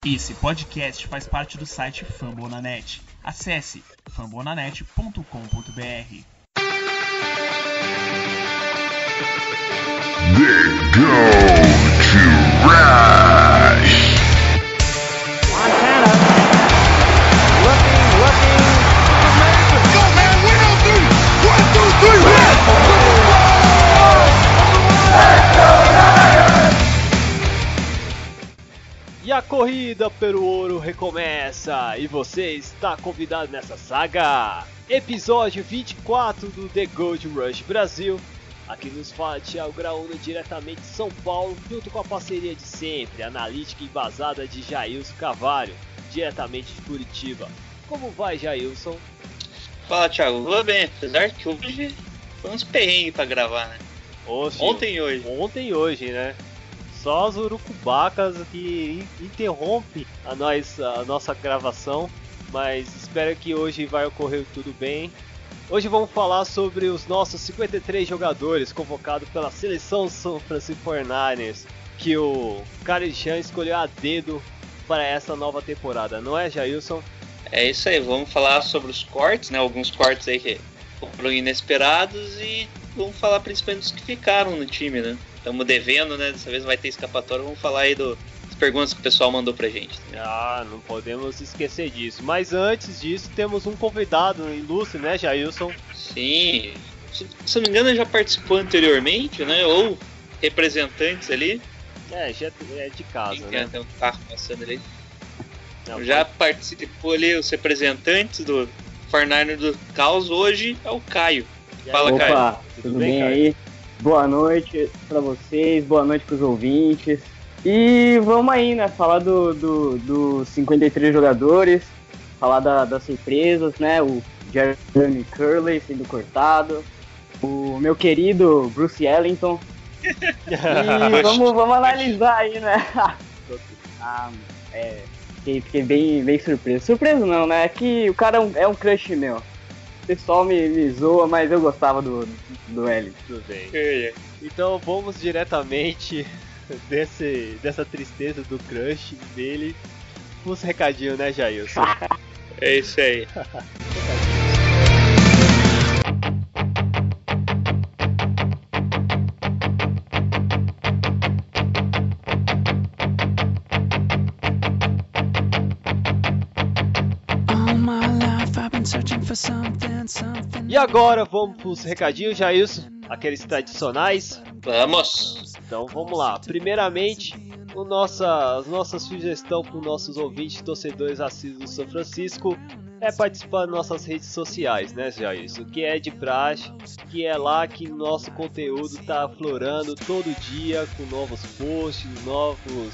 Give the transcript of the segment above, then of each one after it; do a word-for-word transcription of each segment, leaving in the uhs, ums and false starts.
Esse podcast faz parte do site Fambonanet. Acesse fambonanet ponto com ponto b r. They go to rush. Montana, looking, looking, amazing. Go man, one, two, three, one, two, three, red. E a corrida pelo ouro recomeça, e você está convidado nessa saga. Episódio vinte e quatro do The Gold Rush Brasil. Aqui nos fala Thiago Graúna, diretamente de São Paulo, junto com a parceria de sempre, analítica e embasada de Jailson Carvalho, diretamente de Curitiba. Como vai, Jailson? Fala, Thiago. Vou bem, apesar que hoje foi uns perrengues pra gravar, né? Hoje, ontem e hoje. Ontem e hoje, né? Só as urucubacas que interrompem a, nós, a nossa gravação, mas espero que hoje vai ocorrer tudo bem. Hoje vamos falar sobre os nossos cinquenta e três jogadores convocados pela seleção São Francisco forty-niners, que o Carijão escolheu a dedo para essa nova temporada, não é, Jailson? É isso aí, vamos falar sobre os cortes, né? Alguns cortes aí que foram inesperados e vamos falar principalmente dos que ficaram no time, né? Estamos devendo, né? Dessa vez vai ter escapatória. Vamos falar aí do, das perguntas que o pessoal mandou pra gente. Ah, não podemos esquecer disso. Mas antes disso, temos um convidado ilustre, né, Jailson? Sim. Se, se não me engano, já participou anteriormente, né? Ou representantes ali. É, já é de casa, Tem, né? Tem um carro passando ali. Não, já pode... participou ali os representantes do forty-niners do Caos. Hoje é o Caio. Fala, Opa, Caio. tudo, Tudo bem, bem, Caio? aí? Boa noite pra vocês, boa noite pros ouvintes. E vamos aí, né, falar do, do, dos cinquenta e três jogadores, falar da, das surpresas, né, o Jeremy Curley sendo cortado, o meu querido Bruce Ellington. E vamos, vamos analisar aí, né. ah, é, fiquei, fiquei bem, bem surpreso. Surpreso não, né, é que o cara é um, é um crush meu. O pessoal me, me zoa, mas eu gostava do, do Ellington. Tudo bem. Então vamos diretamente desse, dessa tristeza do crush dele pros recadinhos, né, Jailson? É isso aí. E agora vamos pros recadinhos, Jailson, aqueles tradicionais. Vamos! Então vamos lá. Primeiramente, o nossa, a nossa sugestão para os nossos ouvintes, torcedores assíduos do São Francisco, é participar das nossas redes sociais, né, Jailson? Que é de praxe, que é lá que nosso conteúdo está aflorando todo dia com novos posts, novos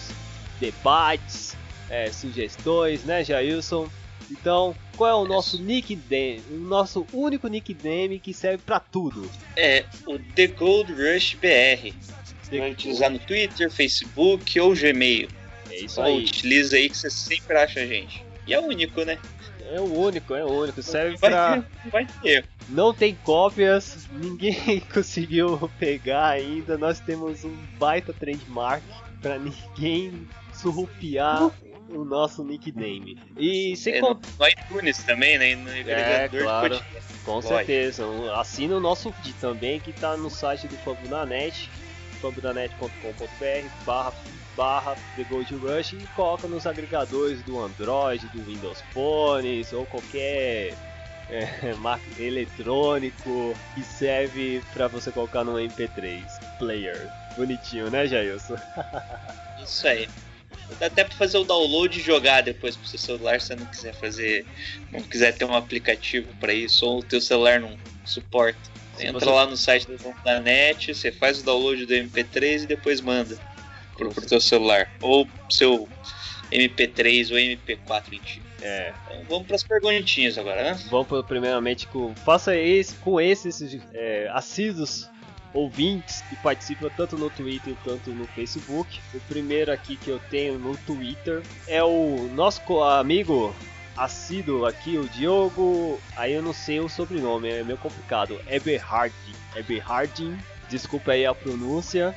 debates, é, sugestões, né, Jailson? Então, qual é o nosso nickname, o nosso único nickname que serve pra tudo? É o The Gold Rush B R. The Vai utilizar no Twitter, Facebook ou Gmail. É isso Então, aí. utiliza aí que você sempre acha a gente. E é o único, né? É o único, é o único. Serve Vai pra... ter, vai ter. Não tem cópias, ninguém conseguiu pegar ainda. Nós temos um baita trademark pra ninguém surrupiar o nosso nickname. E sem É, con- no, no iTunes também, né? E no agregador de claro. podcast. Com Lógico. certeza. Assina o nosso feed também, que tá no site do Fambonanet, fambonanet ponto com ponto b r barra barra The Gold Rush, e coloca nos agregadores do Android, do Windows Phones ou qualquer é, marca eletrônico que serve para você colocar no M P três player. Bonitinho, né, Jailson? Isso aí. Dá até pra fazer o download e jogar depois pro seu celular, se você não quiser fazer, não quiser ter um aplicativo pra isso, ou o teu celular não suporta. Se Entra você- lá no site da net, você faz o download do M P três e depois manda pro, pro teu celular. Ou pro seu M P três ou M P quatro antigo. É. Então vamos pras perguntinhas agora, né? Vamos pro- primeiramente com. Faça esse, com esses é, assíduos ouvintes que participam tanto no Twitter quanto no Facebook. O primeiro aqui que eu tenho no Twitter é o nosso co- amigo assíduo aqui, o Diogo. Aí eu não sei o sobrenome, é meio complicado. Eberhardin. Eberhardin, desculpa aí a pronúncia.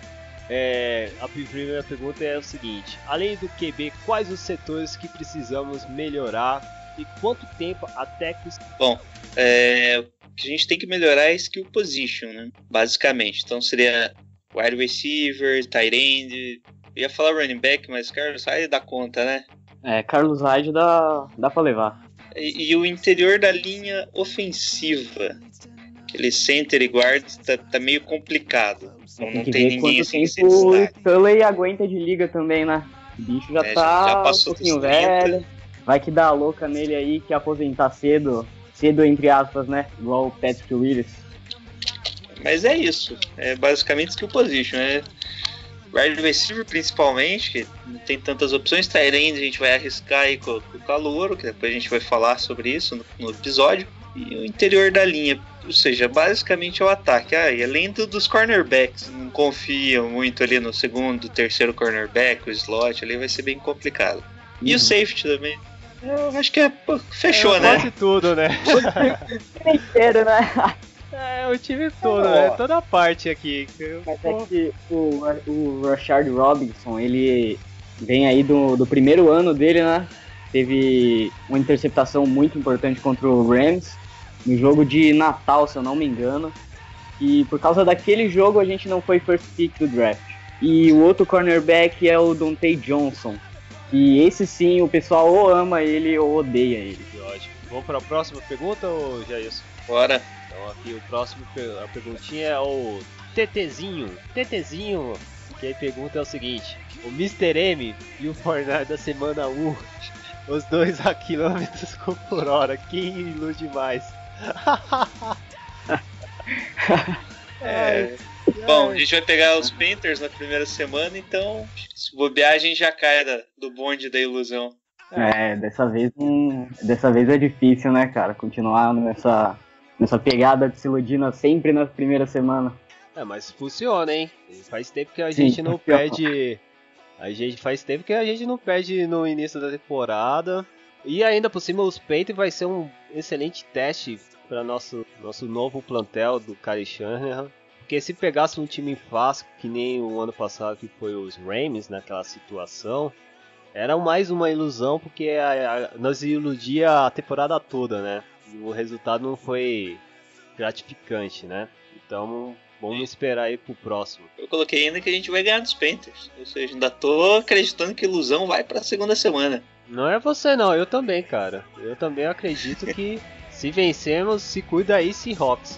É, a primeira pergunta é o seguinte: além do Q B, quais os setores que precisamos melhorar e quanto tempo até que os... Bom, é, o que a gente tem que melhorar é skill position, né? Basicamente. Então seria wide receiver, tight end. Eu ia falar running back, mas Carlos Hyde dá conta, né? É, Carlos Hyde dá, dá pra levar. E, e o interior da linha ofensiva, aquele center e guard, tá, tá meio complicado. Não, Tem não que tem ver ninguém quanto assim que se tempo o destaque. Stanley aguenta de liga também, né? O bicho já É, já- tá já passou um pouquinho dos trinta. velho. Vai que dá a louca nele aí, que aposentar cedo. Cedo, entre aspas, né? Igual o Patrick Willis. Mas é isso. É basicamente skill position. É wide receiver principalmente, que não tem tantas opções. Tight end a gente vai arriscar aí com, com o Calouro, que depois a gente vai falar sobre isso no, no episódio. E o interior da linha, ou seja, basicamente é o ataque. Ah, e além do, dos cornerbacks, não confiam muito ali no segundo, terceiro cornerback, o slot ali vai ser bem complicado. E Uhum. o safety também. Eu acho que é, pô, fechou, é, né? Quase tudo, né? Inteiro, né? É, o time todo, É. né? Toda a parte aqui. Mas é que o, o Rashard Robinson, ele vem aí do, do primeiro ano dele, né? Teve uma interceptação muito importante contra o Rams, no jogo de Natal, se eu não me engano. E por causa daquele jogo a gente não foi first pick do draft. E o outro cornerback é o Dontae Johnson. E esse sim, o pessoal ou ama ele ou odeia ele. Ótimo. Vamos para a próxima pergunta, ou já é isso? Bora. Então aqui o próximo, per- a perguntinha é o TTzinho. TTzinho, que a pergunta é o seguinte: o mister M e o Fortnite da semana um, os dois a quilômetros por hora, quem ilude mais? É, bom, a gente vai pegar os Panthers na primeira semana, então se bobear a gente já cai da, do bonde da ilusão. É, dessa vez, hum, dessa vez é difícil, né, cara? Continuar nessa, nessa pegada de se iludir na- sempre na primeira semana. É, mas funciona, hein? Faz tempo que a Sim, gente não funciona. perde. A gente faz tempo que a gente não perde no início da temporada. E ainda por cima os Patriots vai ser um excelente teste para nosso nosso novo plantel do Kyle Shanahan. Porque se pegasse um time fácil, que nem o ano passado que foi os Rams naquela situação, era mais uma ilusão, porque a, a, nós iludia a temporada toda, né? E o resultado não foi gratificante, né? Então vamos esperar aí pro próximo. Eu coloquei ainda que a gente vai ganhar dos Panthers, ou seja, ainda tô acreditando que a ilusão vai pra segunda semana. Não é você não, eu também, cara. Eu também acredito que se vencermos, se cuida aí, Seahawks.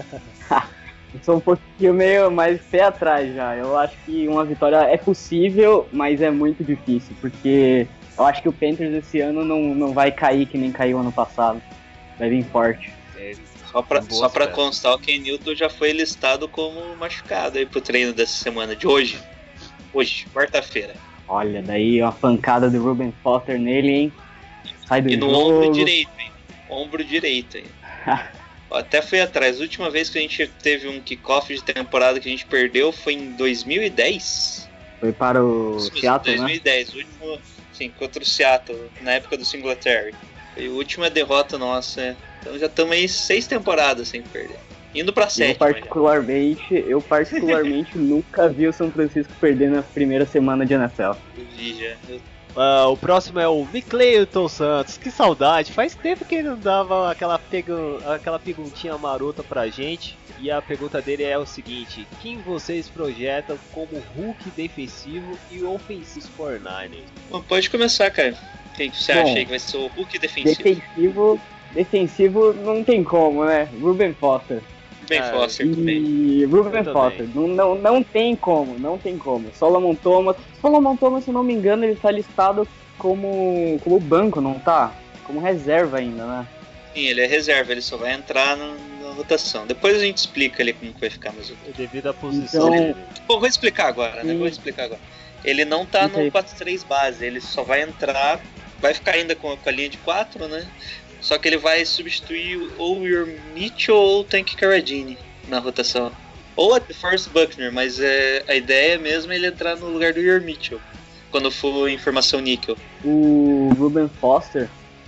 Eu sou um pouquinho meio mais pé atrás já. Eu acho que uma vitória é possível, mas é muito difícil, porque eu acho que o Panthers esse ano não, não vai cair que nem caiu ano passado. Vai vir forte. É, só pra, Boas só pra peças. constar, o Ken Newton já foi listado como machucado aí pro treino dessa semana, de hoje. Hoje, quarta-feira. Olha, daí uma pancada do Ruben Foster nele, hein? Sai do E no jogo. ombro direito, hein? Ombro direito, hein? Eu até fui atrás. A última vez que a gente teve um kickoff de temporada que a gente perdeu foi em dois mil e dez. Foi para o Isso mesmo, Seattle, dois mil e dez, o último, sim, contra o Seattle, na época do Singletary. Foi a última derrota nossa, né? Então já estamos aí seis temporadas sem perder. Indo pra né? Eu sete. particularmente, eu particularmente nunca vi o São Francisco perder na primeira semana de N F L. Eu vi já. Eu- Ah, o próximo é o Micleyton Santos. Que saudade, faz tempo que ele não dava aquela, pegu... aquela perguntinha marota pra gente. E a pergunta dele é o seguinte: quem vocês projetam como Hulk defensivo e ofensivo forty-niners? Bom, pode começar, cara. Quem que você Bom, acha aí que vai ser o Hulk defensivo? Defensivo, defensivo não tem como, né? Ruben Foster. Ben Ah, Foster também. E Ruben Eu Foster, também. não, não, não tem como, não tem como. Solomon Thomas, Solomon Thomas, se eu não me engano, ele tá listado como, como banco, não tá? Como reserva ainda, né? Sim, ele é reserva, ele só vai entrar no- na rotação. Depois a gente explica ali como que vai ficar mais ou menos. Devido à posição Então- dele. Bom, vou explicar agora, né? Sim. Vou explicar agora. Ele não tá Explica aí. no quatro três base, ele só vai entrar, vai ficar ainda com, com a linha de quatro, né? Só que ele vai substituir ou o Your Mitchell ou o Tank Carradine na rotação. Ou a Forrest Buckner, mas é, a ideia mesmo é ele entrar no lugar do Your Mitchell, quando for em formação níquel. O Ruben Foster,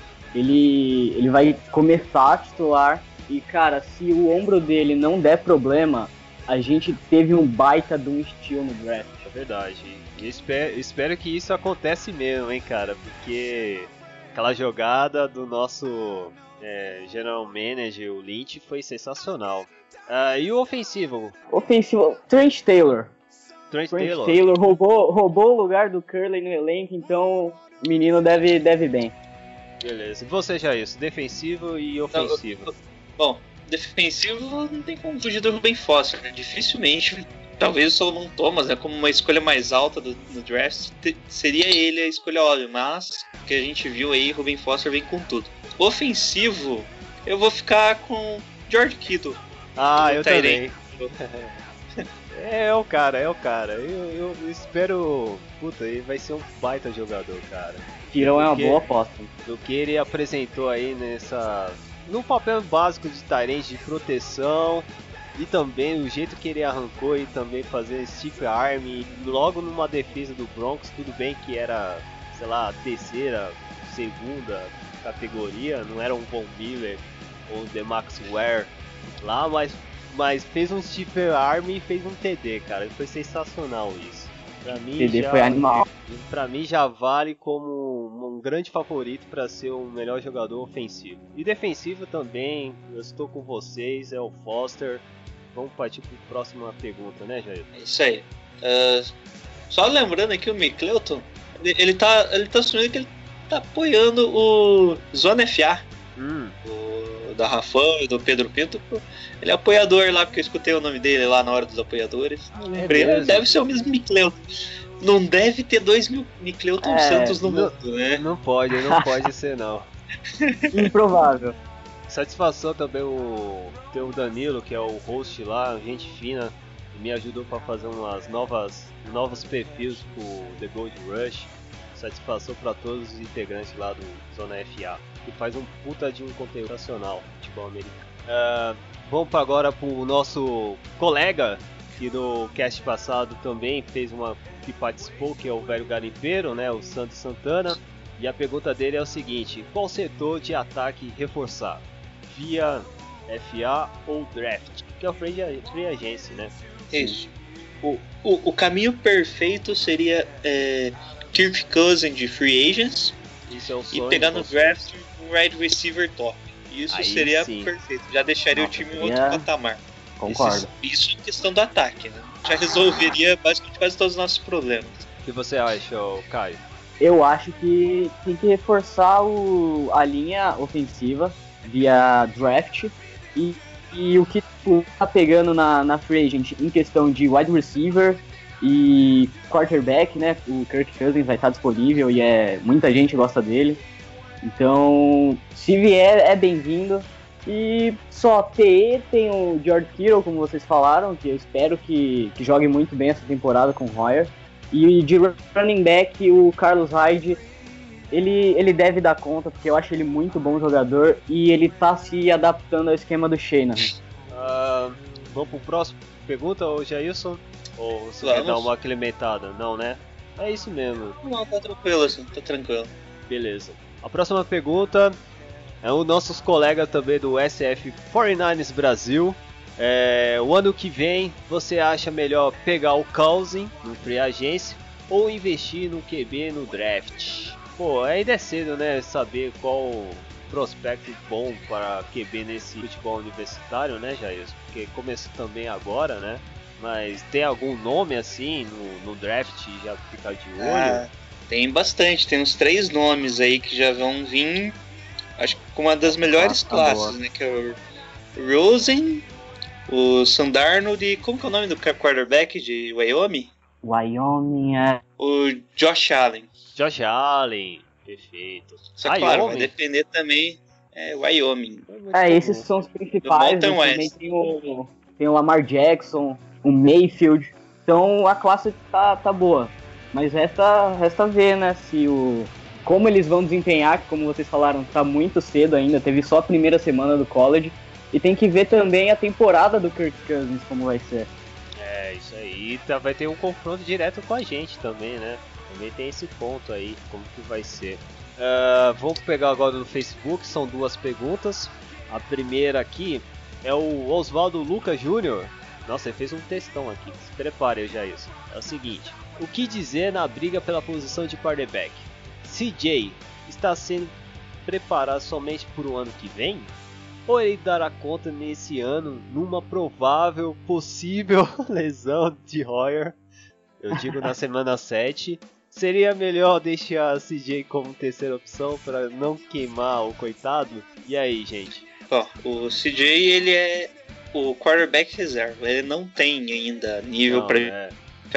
ele, ele vai começar a titular e, cara, se o ombro dele não der problema, a gente teve um baita de um estilo no draft. É verdade. E espero, espero que isso aconteça mesmo, hein, cara, porque aquela jogada do nosso é, general manager, o Lynch, foi sensacional. Uh, e o ofensivo? Ofensivo, Trent Taylor. Trent, Trent Taylor, Taylor roubou, roubou o lugar do Curley no elenco, então o menino deve, deve bem. Beleza. E você, Jair? Defensivo e ofensivo? Não, bom, defensivo não tem como fugir do Ruben Foster, né? Dificilmente, talvez o Solomon Thomas, né, como uma escolha mais alta do, do draft, te, seria ele a escolha óbvia, mas o que a gente viu aí, Ruben Foster vem com tudo. Ofensivo, eu vou ficar com George Kittle. Ah, eu também. É, é o cara, é o cara. Eu, eu, eu espero... Puta, ele vai ser um baita jogador, cara. Tirão é uma Porque boa aposta. Do que ele apresentou aí nessa... No papel básico de Tyrant de proteção. E também o jeito que ele arrancou e também fazer stiff arm logo numa defesa do Broncos. Tudo bem que era, sei lá, a terceira, segunda categoria. Não era um Von Miller ou DeMax Ware lá, mas, mas fez um stiff arm e fez um T D, cara. Foi sensacional isso. Pra mim, T D já, foi animal. Pra mim já vale como um grande favorito para ser o melhor jogador ofensivo. E defensivo também, eu estou com vocês, é o Foster. Vamos partir para a próxima pergunta, né, Jair? É isso aí. Uh, só lembrando aqui o Micleuton, ele, ele, tá, ele tá assumindo que ele tá apoiando o Zona F A. Hum. O, da Rafão e do Pedro Pinto. Ele é apoiador lá, porque eu escutei o nome dele lá na hora dos apoiadores. Lembrei, mesmo? Deve ser o mesmo Micleuton. Não deve ter dois mil Micleuton É, Santos no não- mundo, né? Não pode, não pode ser não. Improvável. Satisfação também o ter o Danilo, que é o host lá, gente fina, me ajudou para fazer umas novas novos perfis pro The Gold Rush. Satisfação para todos os integrantes lá do Zona F A, que faz um puta de um conteúdo nacional, futebol americano. Uh, vamos pra agora pro nosso colega, que no cast passado também fez uma que participou, que é o velho garimpeiro, né, o Santos Santana. E a pergunta dele é o seguinte: qual setor de ataque reforçar? Via F A ou draft? Que é o free free agency, né? Isso. O, o, o caminho perfeito seria é, Kirk Cousins de Free Agents Isso é o e sonho. pegar no do- draft um wide receiver top. Isso Aí seria sim. perfeito. Já deixaria Nossa, o time em seria- outro patamar. Concordo. Isso, isso é questão do ataque, né? Já resolveria basicamente quase todos os nossos problemas. O que você acha, ô, Caio? Eu acho que tem que reforçar o, a linha ofensiva via draft e, e o que tu tá pegando na, na free agent em questão de wide receiver e quarterback, né? O Kirk Cousins vai estar disponível e é, muita gente gosta dele. Então, se vier, é bem-vindo. E só T E tem o George Kittle, como vocês falaram, que eu espero que, que jogue muito bem essa temporada com o Hoyer. E de running back, o Carlos Hyde, ele, ele deve dar conta, porque eu acho ele muito bom jogador e ele tá se adaptando ao esquema do Shanahan. Ah, vamos pro próximo? Pergunta, ô Jailson? Ou você quer Vamos. dar uma aclimatada? Não, né? É isso mesmo. Não, tá tranquilo assim, tá tranquilo. Beleza. A próxima pergunta é um nossos colegas também do S F quarenta e nove ers Brasil. É, o ano que vem, você acha melhor pegar o Cousins no free agency ou investir no Q B no draft? Pô, ainda é cedo, né? Saber qual prospecto bom para Q B nesse futebol universitário, né, Jair? Porque começou também agora, né? Mas tem algum nome assim no, no draft já ficar de olho? Ah, tem bastante, tem uns três nomes aí que já vão vir, acho que com uma das melhores tá classes, boa. né? Que é o Rosen, o Sandarnold e como que é o nome do quarterback de Wyoming? Wyoming é... O Josh Allen. Josh Allen, perfeito. Só que, claro, vai Wyoming? depender também, é, Wyoming. É, esses são os principais. Do Mountain Também West. tem o, tem o Lamar Jackson, o Mayfield. Então a classe tá, tá boa. Mas resta, resta ver, né, se o... Como eles vão desempenhar, que como vocês falaram, tá muito cedo ainda. Teve só a primeira semana do college. E tem que ver também a temporada do Kirk Cousins, como vai ser. É, isso aí. Tá, vai ter um confronto direto com a gente também, né? Também tem esse ponto aí, como que vai ser. Ah, vamos pegar agora no Facebook, são duas perguntas. A primeira aqui é o Oswaldo Lucas Júnior Nossa, ele fez um textão aqui. Se prepare, Jailson. É o seguinte: o que dizer na briga pela posição de quarterback? C J está sendo preparado somente para o ano que vem? Ou ele dará conta nesse ano numa provável, possível lesão de Hoyer? Eu digo na semana sete. Seria melhor deixar C J como terceira opção para não queimar o coitado? E aí, gente? Ó, o C J, ele é o quarterback reserva. Ele não tem ainda nível Não, para é.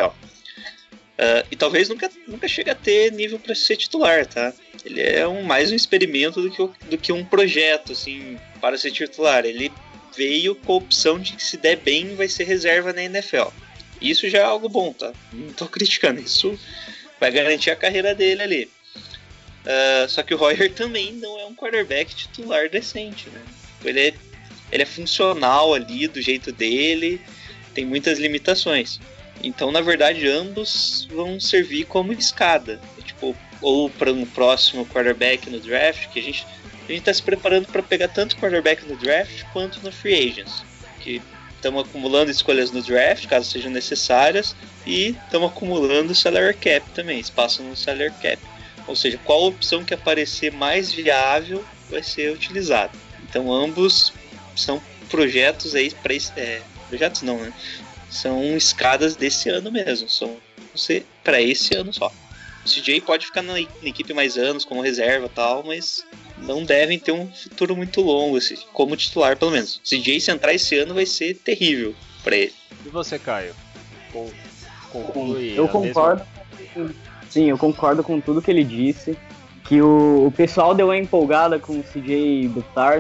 Uh, e talvez nunca, nunca chegue a ter nível para ser titular, tá? Ele é um, mais um experimento do que, do que um projeto, assim, para ser titular. Ele veio com a opção de que, se der bem, vai ser reserva na N F L. Isso já é algo bom, tá? Não tô criticando. Isso vai garantir a carreira dele ali. Uh, só que o Hoyer também não é um quarterback titular decente, né? Ele é, ele é funcional ali, do jeito dele, tem muitas limitações. Então, na verdade, ambos vão servir como escada. Tipo, ou para um próximo quarterback no draft, que a gente a gente está se preparando para pegar tanto quarterback no draft quanto no free agents. Que estamos acumulando escolhas no draft, caso sejam necessárias, e estamos acumulando salary cap também, espaço no salary cap. Ou seja, qual opção que aparecer mais viável vai ser utilizada. Então, ambos são projetos aí para é, projetos não, né? São escadas desse ano mesmo, são para esse ano só. O C J pode ficar na, na equipe mais anos como reserva e tal, mas não devem ter um futuro muito longo, assim, como titular pelo menos. O C J, se entrar esse ano, vai ser terrível para ele. E você, Caio? Com, conclui eu a concordo. mesma... Sim, eu concordo com tudo que ele disse. Que o, o pessoal deu uma empolgada com o C J Beathard,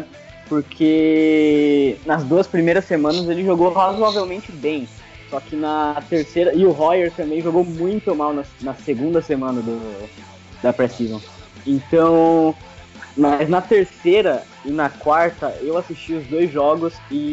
porque nas duas primeiras semanas ele jogou razoavelmente bem. Só que na terceira, e o Hoyer também jogou muito mal na, na segunda semana do, da pré-season. Então, mas na terceira e na quarta eu assisti os dois jogos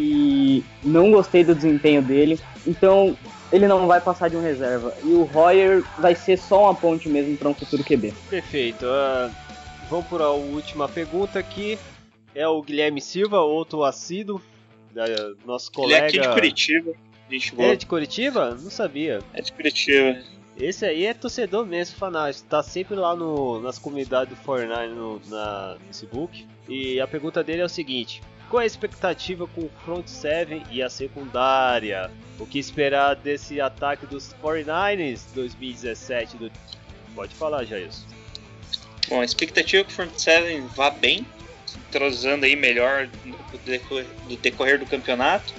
e não gostei do desempenho dele. Então ele não vai passar de um reserva. E o Hoyer vai ser só uma ponte mesmo para um futuro Q B. Perfeito. Uh, vamos para a última pergunta aqui. É o Guilherme Silva, outro assíduo, uh, nosso colega. Ele é aqui de Curitiba. Gente boa. Ele é de Curitiba? Não sabia. É de Curitiba. Esse aí é torcedor mesmo, fanático. Tá sempre lá no, nas comunidades do Fortnite no na, no Facebook. E a pergunta dele é o seguinte: qual é a expectativa com o front seven e a secundária? O que esperar desse ataque dos quarenta-niners dois mil e dezessete? Do... Pode falar, Jailson. Bom, a expectativa é que o front seven vá bem, entrosando aí melhor no decorrer, no decorrer do campeonato,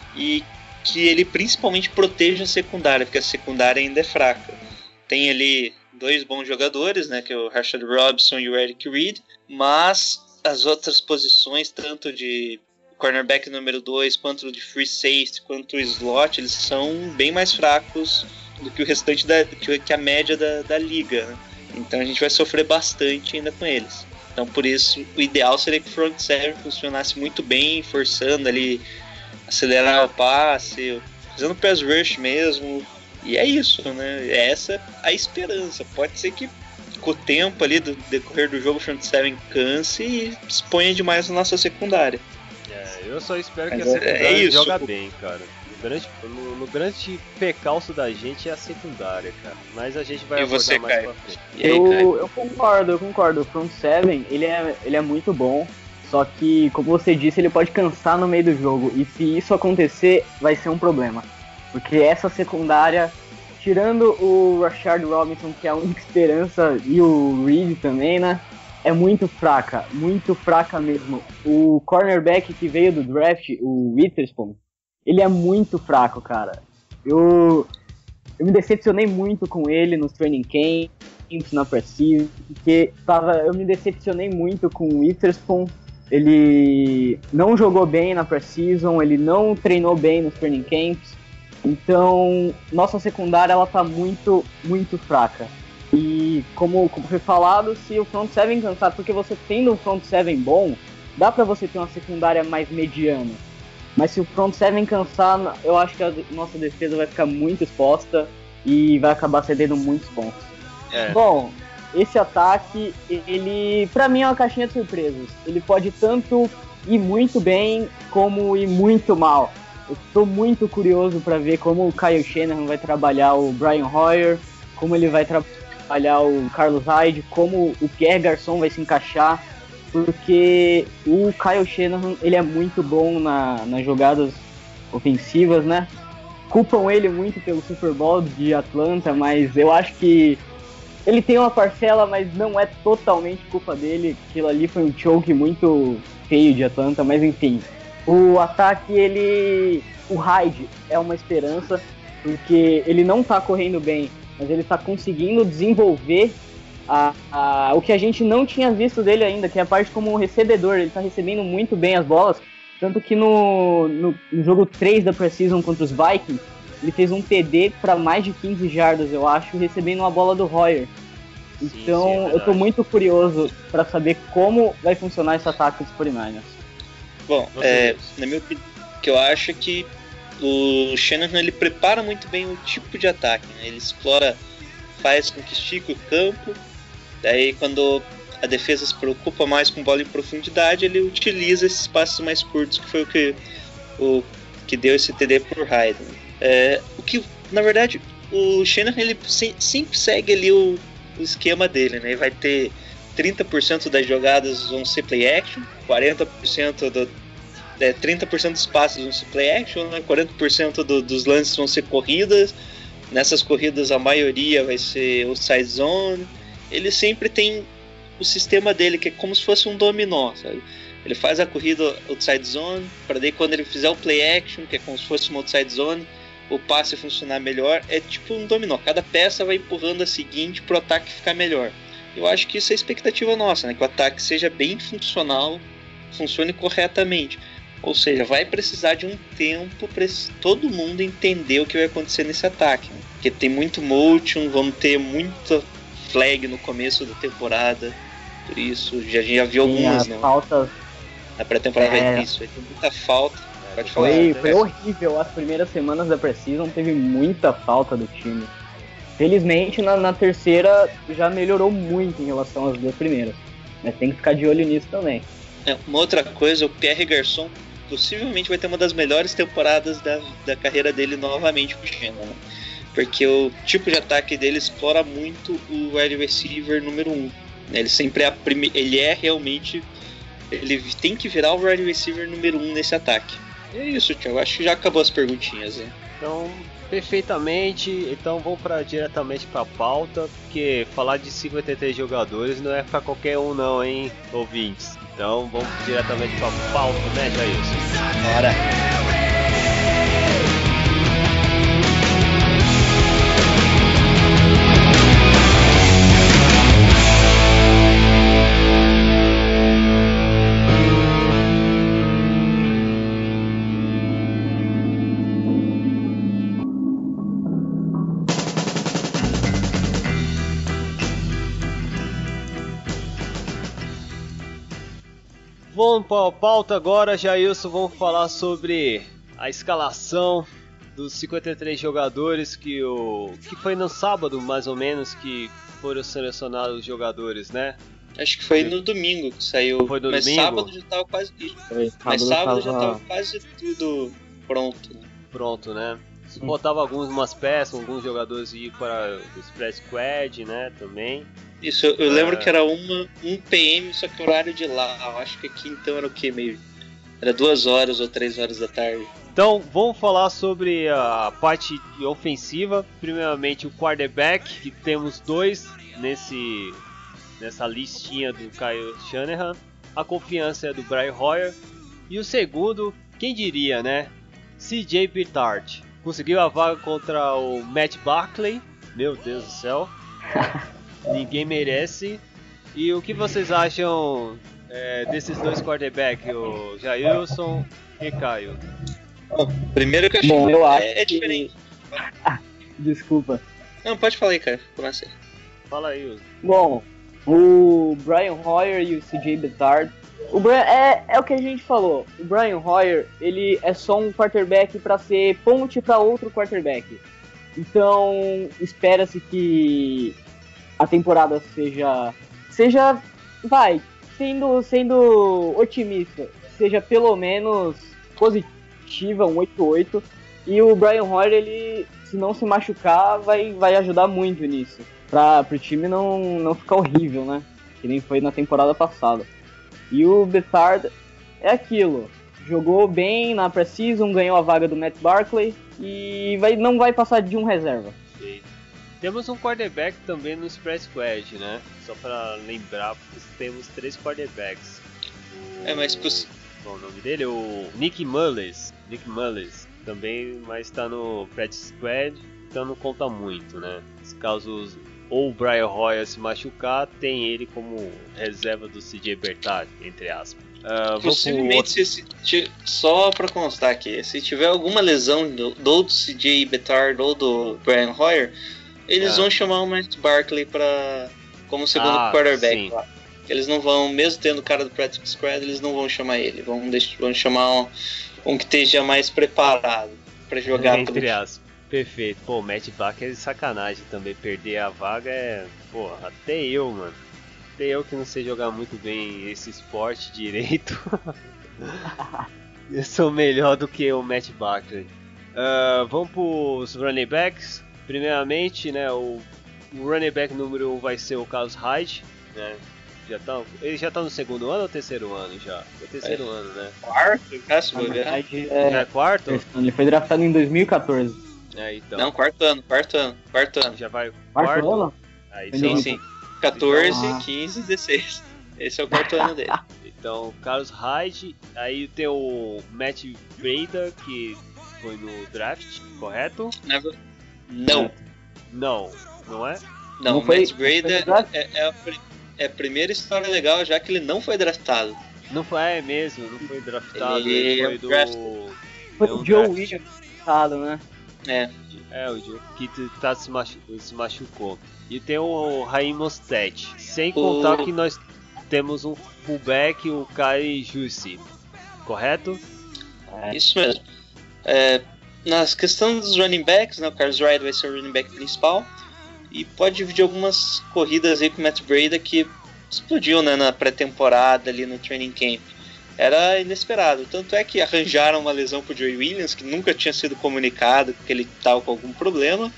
e que ele principalmente proteja a secundária, porque a secundária ainda é fraca. Tem ali dois bons jogadores, né, que é o Rashad Robinson e o Eric Reed, mas as outras posições, tanto de cornerback número dois, quanto de free safety, quanto o slot, eles são bem mais fracos do que o restante, da, que a média da, da liga, né? Então a gente vai sofrer bastante ainda com eles. Então por isso o ideal seria que o front seven funcionasse muito bem, forçando ali, acelerar o passe, fazendo pass rush mesmo. E é isso, né? Essa é a esperança. Pode ser que com o tempo ali do decorrer do jogo o front seven canse e exponha demais a nossa secundária. É, eu só espero que Mas a é- secundária é isso. joga bem, cara. O grande, no, no grande percalço da gente é a secundária, cara. Mas a gente vai E abordar você, mais Caio? pra frente. E aí, Eu, Caio? eu concordo, eu concordo. O front seven, ele é, ele é muito bom. Só que, como você disse, ele pode cansar no meio do jogo. E se isso acontecer, vai ser um problema. Porque essa secundária, tirando o Rashard Robinson, que é a única esperança, e o Reed também, né? É muito fraca, muito fraca mesmo. O cornerback que veio do draft, o Witherspoon, ele é muito fraco, cara. Eu, eu me decepcionei muito com ele nos training camps, na pré-season, porque tava, eu me decepcionei muito com o Witherspoon. Ele não jogou bem na pré-season, ele não treinou bem nos training camps. Então, nossa secundária ela tá muito, muito fraca. E como, como foi falado, se o front seven cansar, porque você tendo um front seven bom, dá pra você ter uma secundária mais mediana. Mas se o front seven cansar, eu acho que a nossa defesa vai ficar muito exposta e vai acabar cedendo muitos pontos. É. Bom, esse ataque, ele, pra mim, é uma caixinha de surpresas. Ele pode tanto ir muito bem, como ir muito mal. eu tô muito curioso para ver como o Kyle Shanahan vai trabalhar o Brian Hoyer, como ele vai tra- trabalhar o Carlos Hyde, como o Pierre Garçon vai se encaixar, porque o Kyle Shanahan, ele é muito bom na, nas jogadas ofensivas, né? Culpam ele muito pelo Super Bowl de Atlanta, mas eu acho que ele tem uma parcela, mas não é totalmente culpa dele. Aquilo ali foi um choke muito feio de Atlanta, mas enfim. O ataque, ele... O Hyde é uma esperança, porque ele não tá correndo bem, mas ele tá conseguindo desenvolver a, a, o que a gente não tinha visto dele ainda, que é a parte como recebedor. Ele tá recebendo muito bem as bolas, tanto que no, no, no jogo três da Pre-Season contra os Vikings, ele fez um T D para mais de quinze jardas, eu acho, recebendo uma bola do Hoyer. Então, sim, sim, é eu tô muito curioso para saber como vai funcionar esse ataque dos quarenta e nine ers. Bom, é, na minha opinião, que eu acho que o Shanahan, ele prepara muito bem o tipo de ataque, né? Ele explora, faz com que estique o campo, daí quando a defesa se preocupa mais com bola em profundidade, ele utiliza esses passos mais curtos, que foi o que, o, que deu esse T D por Hyde. É, o que, na verdade, o Shanahan, ele se, sempre segue ali o, o esquema dele, né? Ele vai ter trinta por cento das jogadas vão ser play action, quarenta por cento do, é, trinta por cento dos passes vão ser play action, né? quarenta por cento do, dos lances vão ser corridas. Nessas corridas a maioria vai ser outside zone. Ele sempre tem o sistema dele, que é como se fosse um dominó, sabe? Ele faz a corrida outside zone, para daí quando ele fizer o play action, que é como se fosse uma outside zone, o passe funcionar melhor. É tipo um dominó, cada peça vai empurrando a seguinte para o ataque ficar melhor. Eu acho que isso é a expectativa nossa, né? Que o ataque seja bem funcional, funcione corretamente. Ou seja, vai precisar de um tempo para todo mundo entender o que vai acontecer nesse ataque, né? Porque tem muito motion, vamos ter muita flag no começo da temporada, por isso já, já vi algumas, né? Faltas... Na pré-temporada é... vai ter isso, vai ter muita falta. Pode falar. Foi, foi horrível, as primeiras semanas da Pre-Season teve muita falta do time. Felizmente na, na terceira já melhorou muito em relação às duas primeiras, mas tem que ficar de olho nisso também. É, uma outra coisa, o Pierre Garçon possivelmente vai ter uma das melhores temporadas da, da carreira dele novamente com o Shanahan, né? Porque o tipo de ataque dele explora muito o wide receiver número um. Ele sempre é a prime... ele é realmente, ele tem que virar o wide receiver número um nesse ataque. E é isso, Thiago, acho que já acabou as perguntinhas, né? Então, perfeitamente, então vamos pra, diretamente para a pauta, porque falar de cinquenta e três jogadores não é para qualquer um não, hein, ouvintes. Então vamos diretamente para a pauta, né, Jailson? Bora! Vamos para a pauta agora, Jailson. Vamos falar sobre a escalação dos cinquenta e três jogadores que, o, que foi no sábado, mais ou menos, que foram selecionados os jogadores, né? Acho que foi no domingo que saiu. Foi no mas domingo? sábado já estava quase. Foi, Mas sábado sábado já tava- estava quase tudo pronto. Né? Pronto, né? Botava algumas peças, alguns jogadores iam para o Express Squad, né, também. Isso, eu, eu lembro É. que era uma, um P M, só que o horário de lá. Eu acho que aqui então era o que? Meio. Era duas horas ou três horas da tarde. Então, vamos falar sobre a parte ofensiva. Primeiramente, o quarterback, que temos dois nesse, nessa listinha do Kyle Shanahan. A confiança é do Brian Hoyer. E o segundo, quem diria, né? C J Beathard. Conseguiu a vaga contra o Matt Barkley. Meu Deus do céu. Ninguém merece. E o que vocês acham é, desses dois quarterbacks, o Jailson e Caio? Bom, primeiro que eu achei Bom, eu acho é, é que- diferente. Desculpa. Não, pode falar aí, cara. Começa aí. Fala aí, Uso. Bom, o Brian Hoyer e o C J Beathard. O Brian, é, é o que a gente falou. O Brian Hoyer, ele é só um quarterback para ser ponte para outro quarterback. Então, espera-se que a temporada seja, seja, vai, sendo, sendo otimista, seja pelo menos competitiva, um oito oito. E o Brian Hoyer, ele, se não se machucar, vai, vai ajudar muito nisso. Pra o time não, não ficar horrível, né? Que nem foi na temporada passada. E o Bettard é aquilo. Jogou bem na pré-season, ganhou a vaga do Matt Barkley e vai, não vai passar de um reserva. Temos um quarterback também no Spread Squad, né? Só pra lembrar, temos três quarterbacks. O... É, mas... Poss... Qual o nome dele? O Nick Mullins. Nick Mullins também, mas tá no Practice Squad, então não conta muito, né? Se caso ou o Brian Hoyer se machucar, tem ele como reserva do C J Beathard, entre aspas. Uh, Possivelmente, se, se, só pra constar aqui, se tiver alguma lesão do, do C J Beathard ou do Brian Hoyer, eles ah. vão chamar o Matt Barkley pra, como segundo ah, quarterback lá. Eles não vão, mesmo tendo o cara do Practice Squad, eles não vão chamar ele. Vão, deixar, vão chamar um, um que esteja mais preparado pra jogar. Entre aspas. Perfeito. Pô, o Matt Barkley é de sacanagem também. Perder a vaga é... Pô, até eu, mano. Até eu que não sei jogar muito bem esse esporte direito. Eu sou melhor do que o Matt Barkley. Uh, vamos pros running backs. Primeiramente, né, o, o running back número um vai ser o Carlos Hyde, né? Já tá, ele já tá no segundo ano ou terceiro ano já? É o terceiro é. ano, né? Quarto, Cássio, é, é, já é quarto? Ele foi draftado em dois mil e catorze. É, então. Não, quarto ano, quarto ano, quarto ano. Já vai quarto, quarto ano? Aí, sim, então, sim. catorze, então, quinze, dezesseis. Esse é o quarto ano dele. Então, Carlos Hyde, aí tem o Matt Breida, que foi no draft, correto? Never. Não. Não, não é? Não, não o foi, Matt Breida é, é, a, é a primeira história legal, já que ele não foi draftado. Não foi, é mesmo, não foi draftado, ele, ele foi é do... draft. Foi o Joe Williams draftado, né? É. É, o Joe que tá se, machu... se machucou. E tem o Raheem Mostert, sem contar o... que nós temos um fullback, o Kai Jussi, correto? É. Isso mesmo. É... Nas questões dos running backs, né, o Carlos Hyde vai ser o running back principal e pode dividir algumas corridas aí com o Matt Breida que explodiu, né, na pré-temporada ali no training camp. Era inesperado, tanto é que arranjaram uma lesão pro Joey Williams, que nunca tinha sido comunicado que ele estava com algum problema,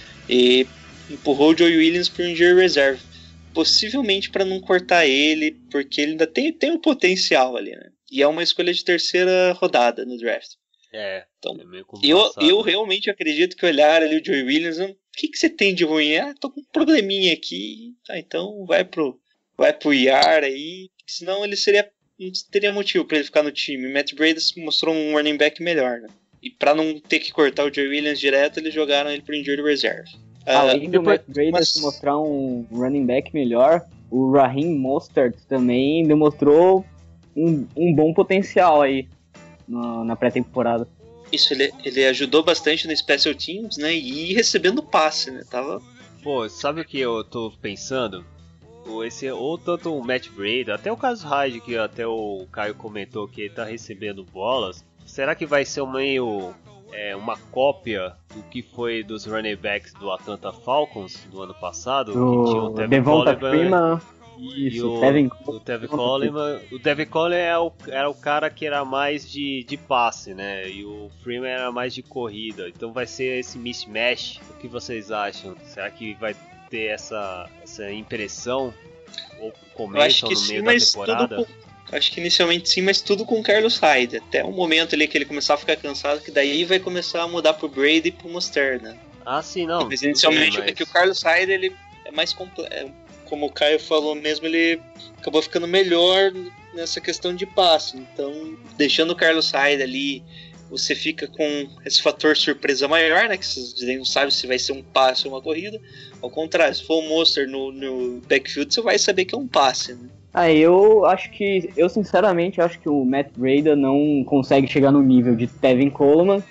e empurrou o Joey Williams pro injury reserve, possivelmente para não cortar ele, porque ele ainda tem, tem um potencial ali, né, e é uma escolha de terceira rodada no draft. É, então, é meio eu, eu realmente acredito que olhar ali o Joey Williams, o que, que você tem de ruim? Ah, tô com um probleminha aqui, tá, então vai pro, vai pro I R aí, senão ele seria, não teria motivo pra ele ficar no time. Matt Breida mostrou um running back melhor, né? E pra não ter que cortar o Joey Williams direto, eles jogaram ele pro injury reserve. Além uh, do Matt Breida mas... se mostrar um running back melhor, o Raheem Mostert também demonstrou um, um bom potencial aí no, na pré-temporada. Isso, ele, ele ajudou bastante no Special Teams, né? E recebendo passe, né? Tava... Pô, sabe o que eu tô pensando? Esse, ou tanto o Matt Breida, até o Carlos Hyde, que até o Caio comentou que ele tá recebendo bolas. Será que vai ser meio é, uma cópia do que foi dos running backs do Atlanta Falcons do ano passado? Do que tinha o Devonta Freeman. E Isso, o Tevin, o Tevin Coleman, o Tevin Coleman é o, era o cara que era mais de, de passe, né? E o Freeman era mais de corrida. Então vai ser esse mismatch. O que vocês acham? Será que vai ter essa, essa impressão? Ou começam no sim, meio da temporada? Com, acho que inicialmente sim, mas tudo com o Carlos Hyde. Até o momento ali que ele começar a ficar cansado, que daí vai começar a mudar pro Brady e pro Mostert, né? Ah, sim, não. Mas inicialmente bem, mas... é que o Carlos Hyde, ele é mais complexo. Como o Caio falou mesmo, ele acabou ficando melhor nessa questão de passe. Então, deixando o Carlos Hyde ali, você fica com esse fator surpresa maior, né? Que você não sabe se vai ser um passe ou uma corrida. Ao contrário, se for um Monster no, no backfield, você vai saber que é um passe, né? Ah, eu acho que... Eu, sinceramente, acho que o Matt Breida não consegue chegar no nível de Tevin Coleman,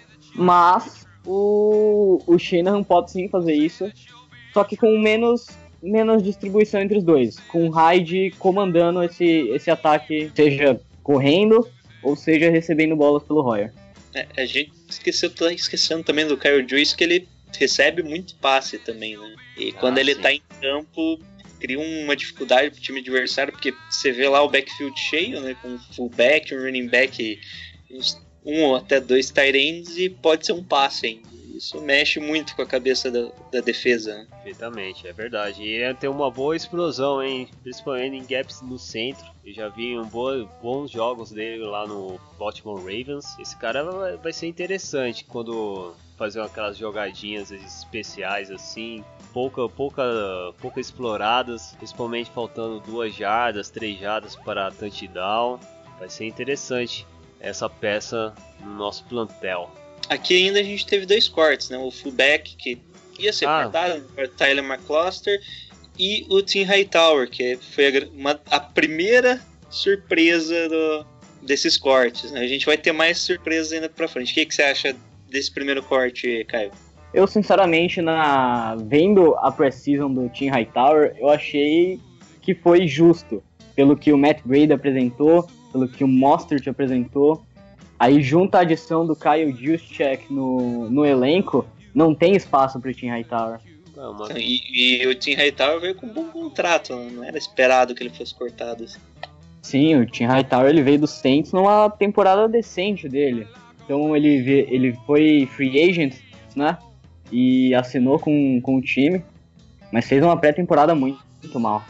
mas o, o Shanahan pode sim fazer isso, só que com menos... menos distribuição entre os dois, com o Hyde comandando esse, esse ataque, seja correndo ou seja recebendo bolas pelo Hoyer. É, a gente esqueceu, tá esquecendo também do Kyle Juice, que ele recebe muito passe também, né? E quando ah, ele sim. tá em campo, cria uma dificuldade pro time adversário, porque você vê lá o backfield cheio, né? Com um fullback, um running back, uns um ou até dois tight ends e pode ser um passe, hein? Isso mexe muito com a cabeça da, da defesa. Né? Perfeitamente, é verdade. E ia ter uma boa explosão, hein? Principalmente em gaps no centro. Eu já vi um boa, bons jogos dele lá no Baltimore Ravens. Esse cara vai, vai ser interessante quando fazer aquelas jogadinhas especiais assim, pouca, pouca, pouca exploradas, principalmente faltando duas jardas, três jardas para touchdown. Vai ser interessante essa peça no nosso plantel. Aqui ainda a gente teve dois cortes, né? O fullback que ia ser Ah. cortado, o Tyler McCloster, e o Tim Hightower, que foi a, uma, a primeira surpresa do, desses cortes. Né? A gente vai ter mais surpresas ainda pra frente. O que, que você acha desse primeiro corte, Caio? Eu, sinceramente, na vendo a pré-season do Tim Hightower, eu achei que foi justo. Pelo que o Matt Brady apresentou, pelo que o Mostert apresentou. Aí, junto à adição do Kyle Juszczyk no, no elenco, não tem espaço para o Tim Hightower. Não, mas... E, e o Tim Hightower veio com um bom contrato, não era esperado que ele fosse cortado. Assim. Sim, o Tim Hightower ele veio do Saints numa temporada decente dele. Então ele, ve- ele foi free agent, né? E assinou com, com o time, mas fez uma pré-temporada muito, muito mal.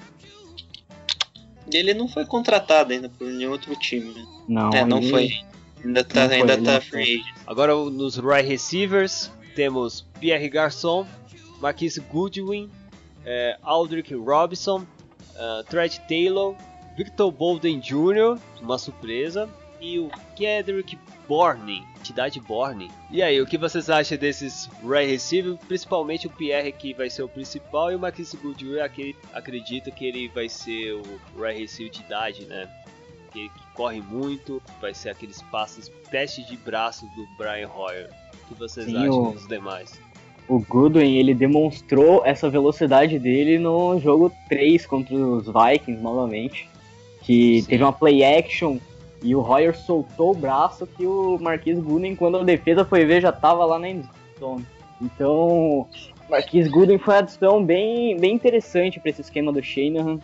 E ele não foi contratado ainda por nenhum outro time. Né? Não, é, não ele- foi. Ainda tá, Não foi, ainda ele tá não free agent. Agora nos wide receivers temos Pierre Garçon, Marquise Goodwin, eh, Aldrick Robinson, uh, Trent Taylor, Victor Bolden Júnior, uma surpresa, e o Kendrick Bourne, entidade Bourne. E aí, o que vocês acham desses wide receivers, principalmente o Pierre que vai ser o principal e o Marquise Goodwin aquele, acredita que ele vai ser o wide receiver de idade, né? Que, que corre muito, vai ser aqueles passos, teste de braço do Brian Hoyer. O que vocês Sim, acham o- dos demais? O Goodwin, ele demonstrou essa velocidade dele no jogo três contra os Vikings, novamente. Que Sim. teve uma play action e o Hoyer soltou o braço que o Marquise Goodwin, quando a defesa foi ver, já tava lá na endzone. Então, Marquise Goodwin foi uma adição bem, bem interessante para esse esquema do Shanahan.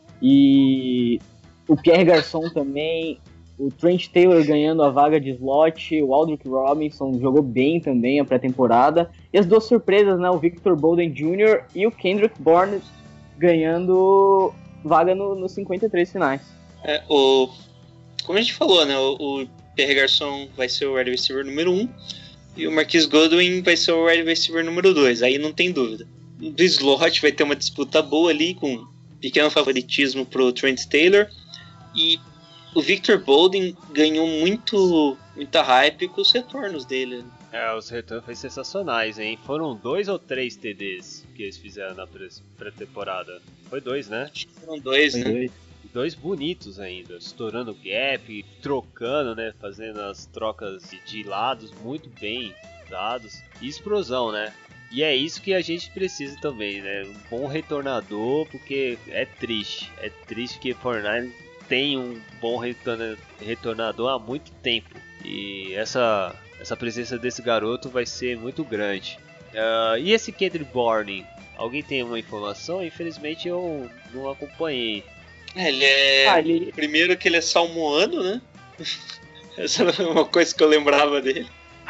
E o Pierre Garçon também, o Trent Taylor ganhando a vaga de slot, o Aldrick Robinson jogou bem também a pré-temporada. E as duas surpresas, né, o Victor Bolden Júnior e o Kendrick Bourne ganhando vaga no- nos cinquenta e três finais. É, o, como a gente falou, né? O, o Pierre Garçon vai ser o wide receiver número um e o Marquise Goodwin vai ser o wide receiver número dois. Aí não tem dúvida. Do slot vai ter uma disputa boa ali com pequeno favoritismo pro Trent Taylor. E o Victor Bolden ganhou muito, muita hype com os retornos dele. É, os retornos foram sensacionais, hein? Foram dois ou três T Ds que eles fizeram na pré- pré-temporada. Foi dois, né? Acho que foram dois, Foi né? dois. E dois bonitos ainda, estourando o gap, trocando, né? Fazendo as trocas de- de lados muito bem dados. E explosão, né? E é isso que a gente precisa também, né? Um bom retornador, porque é triste. É triste que o Fortnite tem um bom retorna- retornador há muito tempo. E essa, essa presença desse garoto vai ser muito grande. Ah, e esse Kendrick Bourne? Alguém tem uma informação? Infelizmente eu não acompanhei. É, ele é. Ah, ele- Primeiro que ele é salmoano, né? Essa era uma coisa que eu lembrava dele.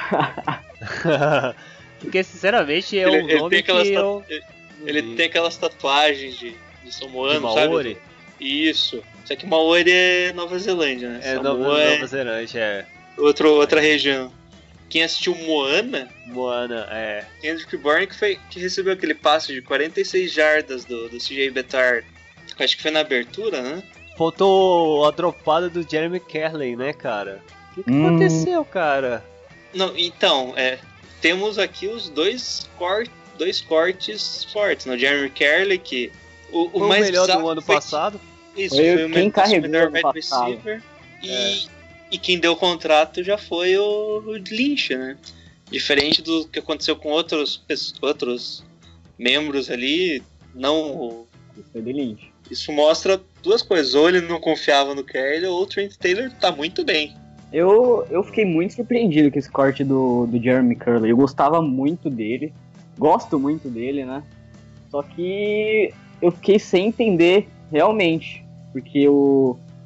Porque sinceramente é ele, um ele nome tem aquelas que ta- eu... ele, ele tem aquelas tatuagens de, de de salmoano, Maori. sabe? Isso. Só que Maori é Nova Zelândia, né? É Samoa Nova, é Nova Zelândia, é. outro, outra região. Quem assistiu Moana, Moana, é. Kendrick Bourne que, foi, que recebeu aquele passe de quarenta e seis jardas do, do C J Beathard. Acho que foi na abertura, né? Faltou a dropada do Jeremy Kerley, né, cara? O que, que Hum. aconteceu, cara? Não, então, é, temos aqui os dois, cor, dois cortes fortes, né? O Jeremy Kerley, que o, o Foi o mais melhor bizarro do ano foi passado. que- Isso, Foi foi o quem me- carregou melhor ano wide passado. receiver. E, e quem deu o contrato já foi o, o Lynch, né? Diferente do que aconteceu com outros, pes- outros membros ali, não o- Foi de Lynch. isso mostra duas coisas, ou ele não confiava no Kerley, ou o Trent Taylor tá muito bem. Eu, eu fiquei muito surpreendido com esse corte do, do Jeremy Curley. Eu gostava muito dele. Gosto muito dele, né? Só que eu fiquei sem entender realmente. Porque o,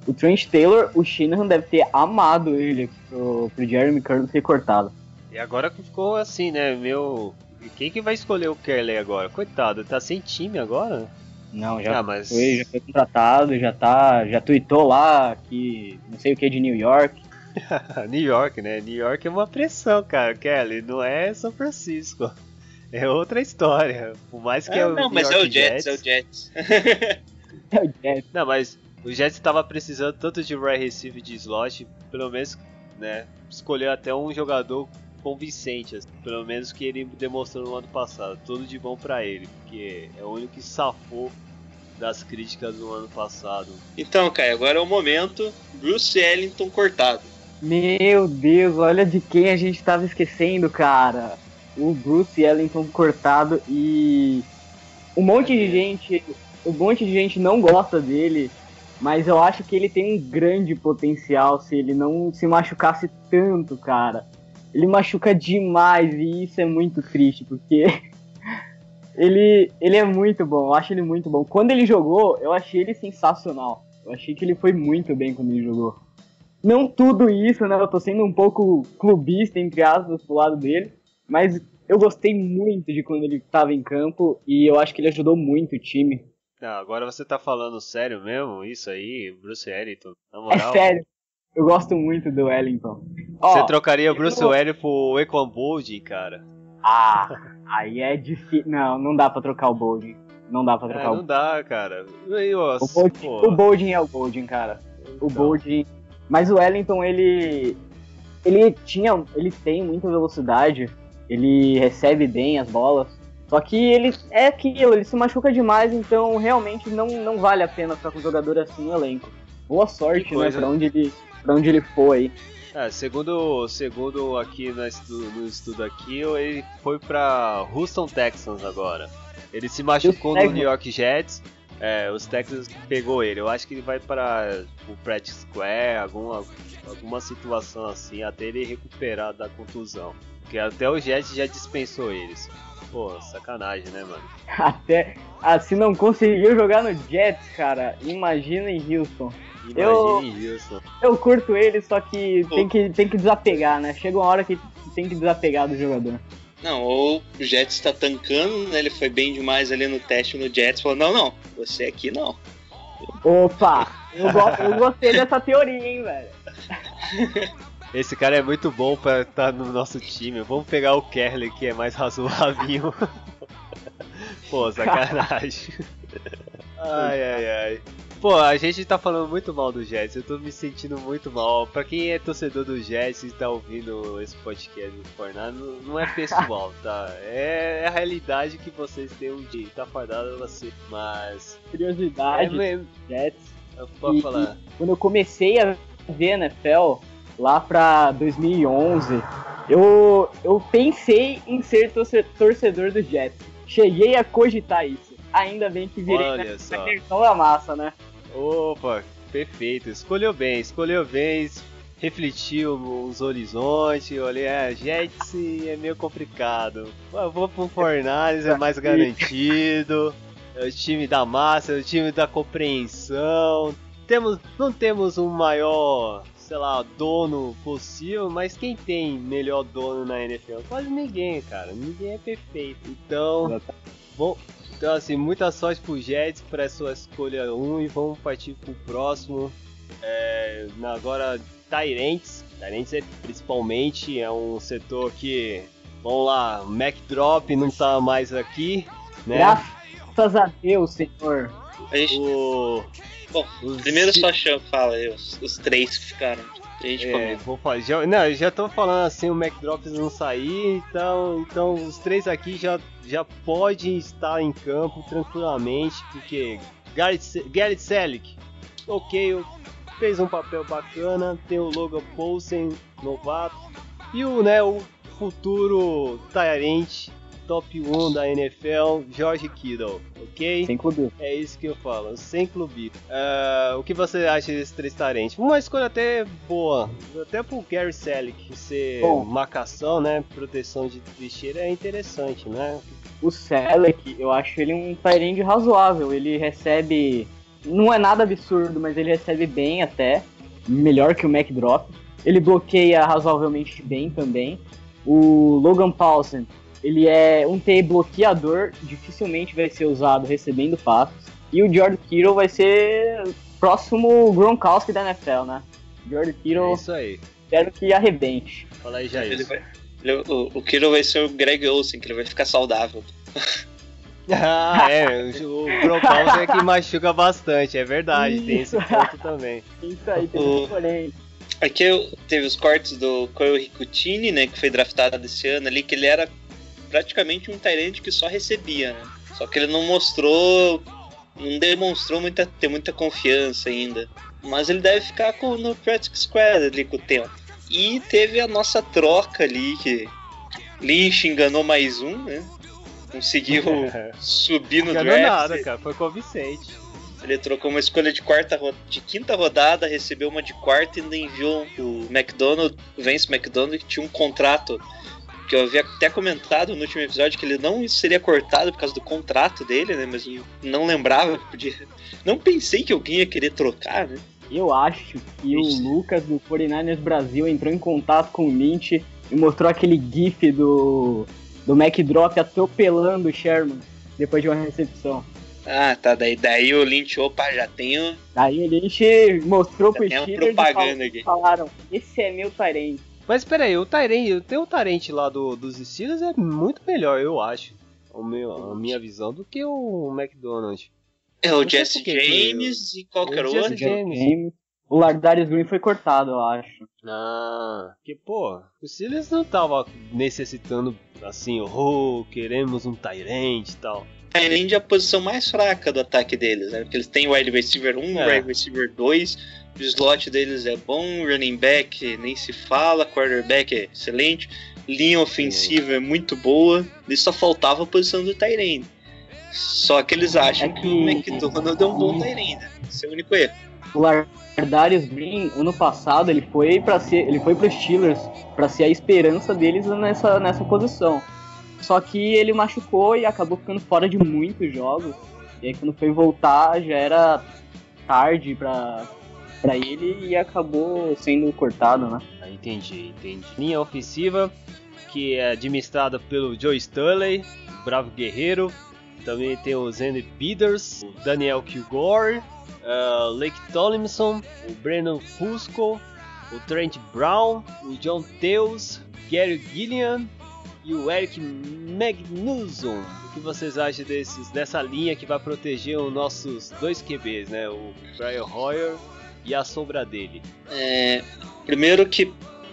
o Trent Taylor, o Shanahan deve ter amado ele pro, pro Jeremy Curl ser cortado. E agora que ficou assim, né, meu... Quem que vai escolher o Kerley agora? Coitado, tá sem time agora? Não, já, Ah, mas- foi, já foi contratado, já tá, já tweetou lá que não sei o que de New York. New York, né? New York é uma pressão, cara, Kelly, não é São Francisco. É outra história. Por mais que Ah, é o não, New mas York é o Jets, é o Jets. É o Jets. Não, mas o Jets tava precisando tanto de wide receiver de slot, pelo menos, né, escolheu até um jogador convincente, assim, pelo menos que ele demonstrou no ano passado. Tudo de bom pra ele, porque é o único que safou das críticas do ano passado. Então, Caio, agora é o momento. Bruce Ellington cortado. Meu Deus, olha de quem a gente tava esquecendo, cara. O Bruce Ellington cortado e um monte de gente, um monte de gente não gosta dele, mas eu acho que ele tem um grande potencial se ele não se machucasse tanto, cara. Ele machuca demais e isso é muito triste, porque ele, ele é muito bom, eu acho ele muito bom. Quando ele jogou, eu achei ele sensacional. Eu achei que ele foi muito bem quando ele jogou. Não tudo isso, né? Eu tô sendo um pouco clubista, entre aspas, pro lado dele. Mas eu gostei muito de quando ele tava em campo e eu acho que ele ajudou muito o time. Não, agora você tá falando sério mesmo? Isso aí, Bruce Ellington, na É moral. sério, eu gosto muito do Wellington. Você Ó, trocaria o Bruce eu- Ellington pro Equan Boldin, cara? Ah, aí é difícil. Não, não dá pra trocar o Boldin. Não dá pra É, trocar não dá, cara. E, ó, o Boldin. pô, O Boldin é o Boldin, cara. O então, Boldin. Mas o Wellington, ele. Ele tinha. Ele tem muita velocidade. Ele recebe bem as bolas. Só que ele é aquilo, ele se machuca demais, então realmente não, não vale a pena ficar com um jogador assim no elenco. Boa sorte, Que né, coisa. pra onde ele, pra onde ele foi. É, segundo, segundo aqui no estudo, no estudo aqui, ele foi pra Houston Texans agora. Ele se machucou no Texans? New York Jets. É, os Texans pegou ele. Eu acho que ele vai para o Practice Square, alguma, alguma situação assim, até ele recuperar da contusão. Porque até o Jets já dispensou eles. Pô, sacanagem, né, mano? Até. Ah, se não conseguiu jogar no Jets, cara, imagina em Houston. Eu- Imagine isso. Eu curto ele, só que tem que, tem que desapegar, né? Chega uma hora que tem que desapegar do jogador. Não, ou o Jets tá tancando, né? Ele foi bem demais ali no teste no Jets. Falou, não, não, você aqui não. Opa! Eu, go- eu gostei dessa teoria, hein, velho. Esse cara é muito bom pra estar no nosso time. Vamos pegar o Kerley, que é mais razoável. Pô, sacanagem. Ai, ai, ai. Pô, a gente tá falando muito mal do Jets, eu tô me sentindo muito mal. Pra quem é torcedor do Jets e tá ouvindo esse podcast do Fornado, não, não é pessoal, tá? É a realidade que vocês têm um dia, tá fardado a você. Mas. Curiosidade, É mesmo. Jets. Pode E- falar. Quando eu comecei a ver N F L, lá pra dois mil e onze, eu, eu pensei em ser torce- torcedor do Jets. Cheguei a cogitar isso. Ainda bem que virei Olha na, só. na questão da massa, né? Opa, perfeito. Escolheu bem, escolheu bem, refletiu os horizontes, olhei, é, Jets é meio complicado. Eu vou pro Fornales, é mais garantido. É o time da massa, é o time da compreensão. Temos, não temos um maior, sei lá, dono possível, mas quem tem melhor dono na N F L? Quase ninguém, cara. Ninguém é perfeito. Então, bom, então assim, muita sorte pro Jets para a sua escolha um e vamos partir pro próximo. É, agora, Tyrants. Tyrants é principalmente é um setor que, vamos lá, Mac Drop não tá mais aqui, né? Graças a Deus, senhor. A gente, O, bom, os- primeiro só chama, fala aí, os, os três que ficaram. A gente É, comenta. vou falar, já, não, eu já tô falando assim, o McDrops não sair, então, então os três aqui já, já podem estar em campo tranquilamente, porque Garrett, Se- Garrett Selleck, ok, fez um papel bacana, tem o Logan Paulsen, novato, e o, né, o futuro Tyrant top um da N F L, George Kittle, ok? Sem clube. É isso que eu falo, sem clube. Ah, o que você acha desses três tarentes? Uma escolha até boa, até pro Gary Selleck ser Bom. marcação, né? Proteção de trincheira é interessante, né? O Selleck, eu acho ele um tight end razoável. Ele recebe não é nada absurdo, mas ele recebe bem até, melhor que o McDrop. Ele bloqueia razoavelmente bem também. O Logan Paulsen, ele é um T bloqueador, dificilmente vai ser usado recebendo passes. E o George Kittle vai ser próximo Gronkowski da N F L, né? George Kittle, É isso aí. espero que arrebente. Fala aí, Jair. Ele vai- ele- o, o Kittle vai ser o Greg Olsen, que ele vai ficar saudável. Ah, é, o Gronkowski é que machuca bastante, é verdade, tem esse Isso. ponto também. Isso aí, tem O- um porém. Aqui eu- teve os cortes do Kyle Ricutini, né, que foi draftado esse ano ali, que ele era praticamente um tight end que só recebia, né? Só que ele não mostrou, não demonstrou muita, ter muita confiança ainda. Mas ele deve ficar com, no practice squad ali com o tempo. E teve a nossa troca ali, que Lynch enganou mais um, né? Conseguiu subir no Não draft. ganhou nada, cara, foi convincente. Ele trocou uma escolha de quarta ro- de quinta rodada, recebeu uma de quarta e ainda enviou o McDonald, o Vance McDonald, que tinha um contrato que eu havia até comentado no último episódio que ele não seria cortado por causa do contrato dele, né? Mas eu não lembrava que podia. Não pensei que alguém ia querer trocar, né? Eu acho que o Ixi. Lucas do quarenta e nine ers Brasil entrou em contato com o Lynch e mostrou aquele gif do, do McDrop atropelando o Sherman depois de uma recepção. Ah, tá. Daí, daí o Lynch, opa, já tenho. Aí o Lynch mostrou Já pro tem uma Steelers e propaganda fal- aqui. falaram, esse é meu Tyrant. Mas peraí, o Tyrant, tem o Tyrant lá do, dos Steelers é muito melhor, eu acho, o meu, a minha visão, do que o McDonald. É o Não sei Jesse por que que- James e qualquer o outro. Jesse James. James. O Lardarius Green foi cortado, eu acho. Ah, que pô, o Steelers não tava necessitando assim, oh, queremos um Tyrant e tal. Tyrande é a posição mais fraca do ataque deles, né? Porque eles têm wide receiver um, É. wide receiver dois, o slot deles é bom, running back nem se fala, quarterback é excelente, linha ofensiva é muito boa, e só faltava a posição do Tyrande. Só que eles acham É que... que- o McDonald é um bom Tyrande, né? Esse é o único erro. O Lardarius Green, ano passado, ele foi para ser, ele foi pros Steelers para ser a esperança deles nessa, nessa posição. Só que ele machucou e acabou ficando fora de muitos jogos. E aí quando foi voltar já era tarde pra, pra ele e acabou sendo cortado, né? Ah, entendi, entendi. Linha ofensiva, que é administrada pelo Joe Staley, bravo guerreiro. Também tem o Zane Bidders, o Daniel Kilgore, uh, Lake Tomlinson, o Brandon Fusco, o Trent Brown, o John Teus, Gary Gillian e o Eric Magnuson. O que vocês acham desses, dessa linha que vai proteger os nossos dois Q Bs, né? O Brian Hoyer e a sombra dele. É, primeiro que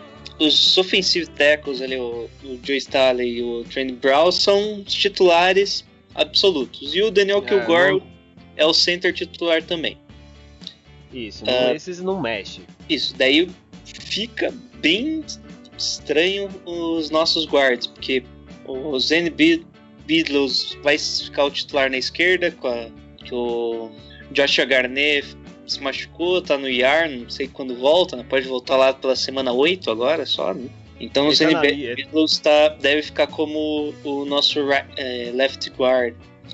os offensive tackles ali, o, o Joe Staley e o Trent Brown são os titulares absolutos. E o Daniel É, Kilgore não- é o center titular também. Isso, É. não, esses não mexem. Isso, daí fica bem estranho os nossos guards, porque o Zane Bid- Bidlows vai ficar o titular na esquerda, com a, que o Josh Garnett se machucou, tá no I R, não sei quando volta, né? Pode voltar lá pela semana oito agora só, né? Então o Ele tá Zane na Bi- linha. Bidlows tá, deve ficar como o nosso ri- eh, left guard.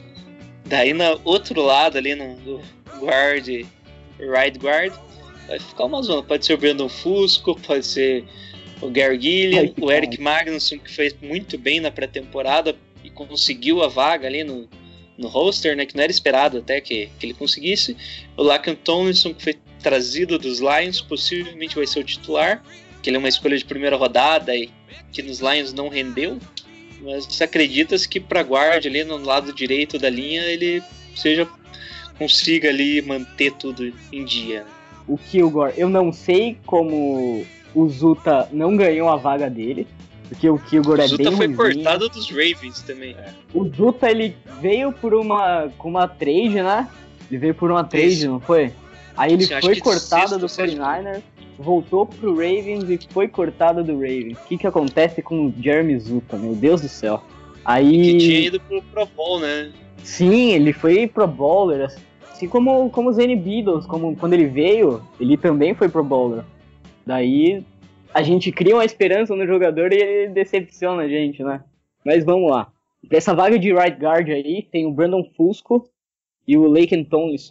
Daí no outro lado ali, no do guard, right guard, vai ficar uma zona. Pode ser o Brandon Fusco, pode ser o Gary Gillian, Vai ficar. o Eric Magnusson, que fez muito bem na pré-temporada e conseguiu a vaga ali no, no roster, né, que não era esperado até que, que ele conseguisse. O Laken Tomlinson, que foi trazido dos Lions, possivelmente vai ser o titular, que ele é uma escolha de primeira rodada e que nos Lions não rendeu. Mas acredita-se que para guarda ali no lado direito da linha ele seja consiga ali manter tudo em dia. O Kilgore, eu não sei como o Zuta não ganhou a vaga dele, porque o Kilgore O é Zuta bem foi ruimzinho. cortado dos Ravens também. O Zuta, ele veio por uma, com uma trade, né? Ele veio por uma trade, Isso. não foi? Aí ele Sim, acho foi que cortado sexto, do sétimo. quarenta e nine ers, voltou pro Ravens e foi cortado do Ravens. O que que acontece com o Jeremy Zuta, meu Deus do céu? Aí... Que tinha ido pro Pro Bowl, né? Sim, ele foi pro bowler, assim como, como o Zane Beadles, como quando ele veio, ele também foi pro bowler. Daí a gente cria uma esperança no jogador e ele decepciona a gente, né? Mas vamos lá. Essa vaga de right guard aí tem o Brandon Fusco e o Laken Tomlinson,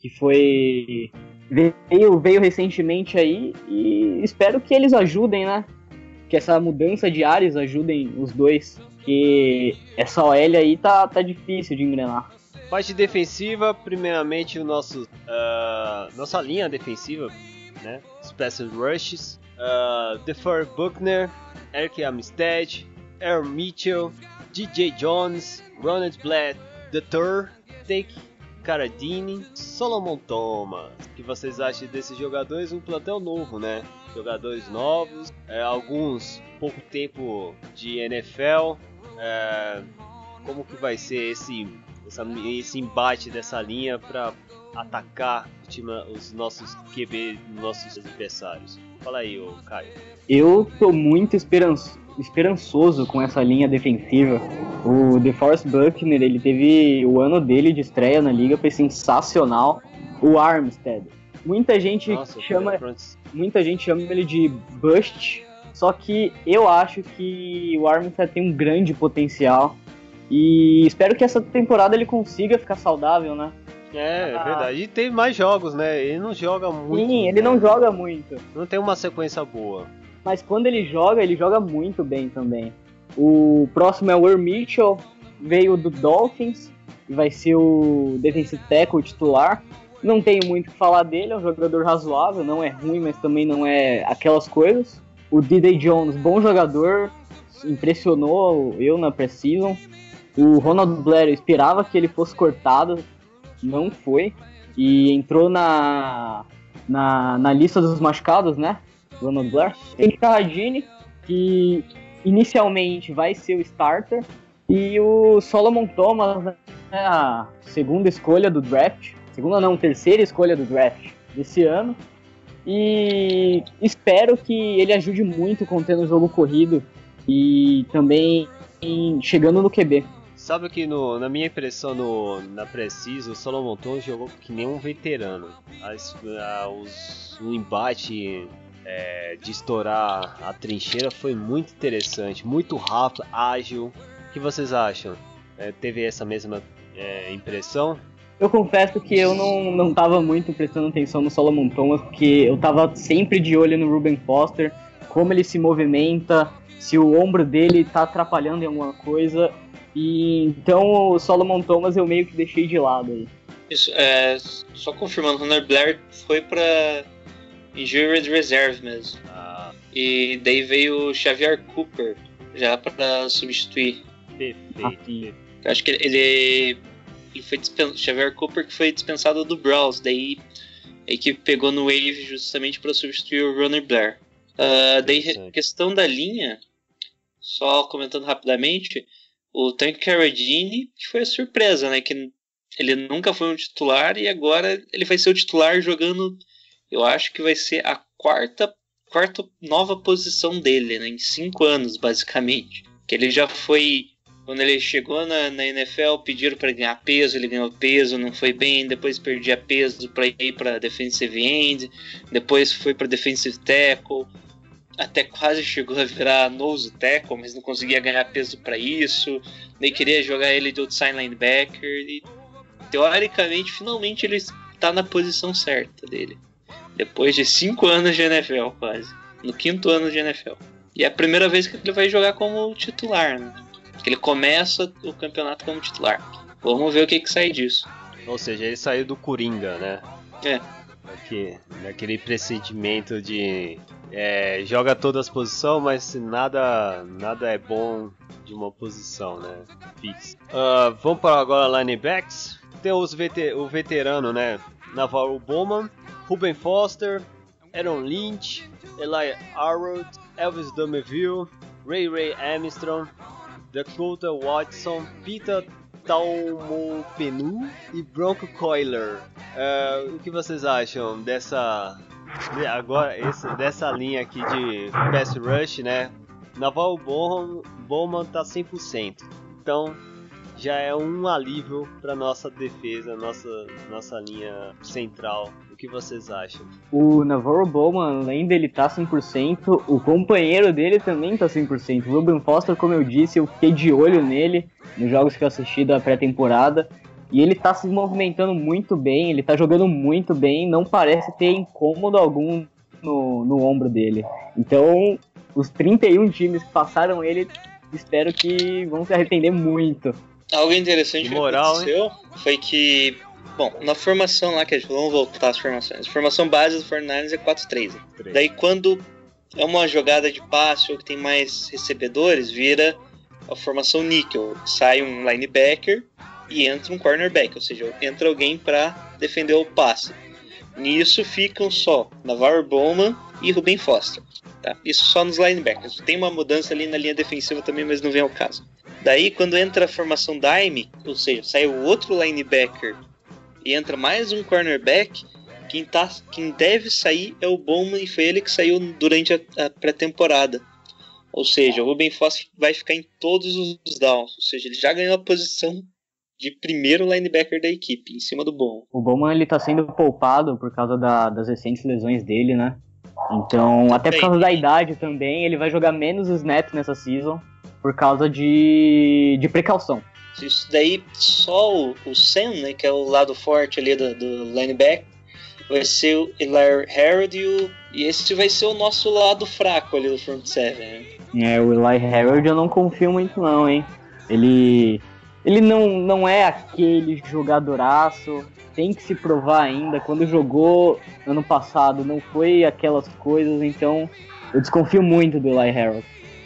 que foi veio, veio recentemente aí, e espero que eles ajudem, né? Que essa mudança de ares ajudem os dois, que essa O L aí tá, tá difícil de engrenar. Parte defensiva, primeiramente o nosso uh, nossa linha defensiva, né? Special Rushes, uh, DeForest Buckner, Eric Armstead, Aaron Mitchell, D J Jones, Ronald Blatt the third, Take Carradine, Solomon Thomas. O que vocês acham desses jogadores? Um plantel novo, né? Jogadores novos, é, alguns pouco tempo de N F L. É, como que vai ser esse, essa, esse embate dessa linha para atacar o time, os nossos Q B, nossos adversários? Fala aí, ô Caio. Eu tô muito esperançoso. esperançoso com essa linha defensiva. O DeForest Buckner, ele teve o ano dele de estreia na liga, foi sensacional. O Armstead, muita gente Nossa, chama muita gente chama ele de bust, só que eu acho que o Armstead tem um grande potencial e espero que essa temporada ele consiga ficar saudável, né? É, é verdade. E tem mais jogos, né? Ele não joga muito. Sim, ele né? não joga muito. Não tem uma sequência boa. Mas quando ele joga, ele joga muito bem também. O próximo é o Earl Mitchell, veio do Dolphins, e vai ser o defensive tackle titular. Não tenho muito o que falar dele, é um jogador razoável, não é ruim, mas também não é aquelas coisas. O D J Jones, bom jogador, impressionou eu na pré-season. O Ronald Blair, eu esperava que ele fosse cortado, não foi. E entrou na, na, na lista dos machucados, né? Ronald Blair. Tem Carradine, que inicialmente vai ser o starter, e o Solomon Thomas, né, a segunda escolha do draft, segunda não, terceira escolha do draft desse ano, e espero que ele ajude muito contendo o jogo corrido e também em, chegando no Q B. Sabe que no, na minha impressão no, na Preciso, o Solomon Thomas jogou que nem um veterano. As, a, os, o embate É, de estourar a trincheira foi muito interessante, muito rápido, ágil. O que vocês acham? É, teve essa mesma é, impressão? Eu confesso que eu não, não tava muito prestando atenção no Solomon Thomas, porque eu tava sempre de olho no Reuben Foster, como ele se movimenta, se o ombro dele tá atrapalhando em alguma coisa. E então o Solomon Thomas eu meio que deixei de lado aí. Isso, é, só confirmando, o Ronald Blair foi pra Injured Reserve mesmo. Ah. E daí veio o Xavier Cooper já pra substituir. Perfeito. Eu acho que ele, ele foi dispensado. Xavier Cooper que foi dispensado do Browns. Daí a equipe pegou no wave justamente para substituir o Ronald Blair. Uh, daí questão da linha, só comentando rapidamente, o Tank Carradine, que foi a surpresa, né? Que ele nunca foi um titular e agora ele vai ser o titular jogando. Eu acho que vai ser a quarta, quarta nova posição dele, né? Em cinco anos, basicamente. Que ele já foi... Quando ele chegou na, na N F L, pediram para ganhar peso, ele ganhou peso, não foi bem. Depois perdia peso para ir para defensive end. Depois foi para defensive tackle. Até quase chegou a virar nose tackle, mas não conseguia ganhar peso para isso. Nem queria jogar ele de outside linebacker. E, teoricamente, finalmente ele está na posição certa dele. Depois de cinco anos de N F L, quase. No quinto ano de N F L. E é a primeira vez que ele vai jogar como titular, né? Que ele começa o campeonato como titular. Vamos ver o que, que sai disso. Ou seja, ele saiu do Coringa, né? É. Aqui, naquele procedimento de... É, joga todas as posições, mas nada, nada é bom de uma posição, né? Fix. Uh, vamos para agora linebacks. Tem os veter- o veterano, né? Navarro Bowman, Reuben Foster, Aaron Lynch, Eli Arroyd, Elvis Dumerville, Ray Ray Armstrong, Dakota Watson, Peter Taumopenu e Bronco Coiler. Uh, o que vocês acham dessa agora esse, dessa linha aqui de pass rush, né? Navarro Bowman, Bowman tá cem por cento, então já é um alívio para nossa defesa, nossa nossa linha central. O que vocês acham? O Navarro Bowman, além dele tá cem por cento, o companheiro dele também tá cem por cento. O Reuben Foster, como eu disse, eu fiquei de olho nele nos jogos que eu assisti da pré-temporada. E ele tá se movimentando muito bem, ele tá jogando muito bem, não parece ter incômodo algum no, no ombro dele. Então, os trinta e um times que passaram ele, espero que vão se arrepender muito. Algo interessante Que moral, que aconteceu foi que, bom, na formação lá, que a gente vamos voltar às formações. A formação base do quarenta e nove é quatro três. Né? Daí quando é uma jogada de passe ou que tem mais recebedores, vira a formação níquel. Sai um linebacker e entra um cornerback, ou seja, entra alguém para defender o passe. Nisso ficam só Navarro Bowman e Ruben Foster. Tá? Isso só nos linebackers. Tem uma mudança ali na linha defensiva também, mas não vem ao caso. Daí, quando entra a formação dime, ou seja, sai o outro linebacker e entra mais um cornerback, quem, tá, quem deve sair é o Bowman, e foi ele que saiu durante a, a pré-temporada. Ou seja, o Ruben Foster vai ficar em todos os downs, ou seja, ele já ganhou a posição de primeiro linebacker da equipe, em cima do Bowman. O Bowman, ele tá sendo poupado por causa da, das recentes lesões dele, né? Então, Também. até por causa da idade também, ele vai jogar menos snaps nessa season por causa de, de precaução. Isso daí, só o, o Sam, né, que é o lado forte ali do, do linebacker, vai ser o Eli Harold e, o, e esse vai ser o nosso lado fraco ali do front seven. Né? É, o Eli Harold eu não confio muito não, hein? Ele, ele não, não é aquele jogadoraço, tem que se provar ainda. Quando jogou ano passado não foi aquelas coisas, então eu desconfio muito do Eli Harold.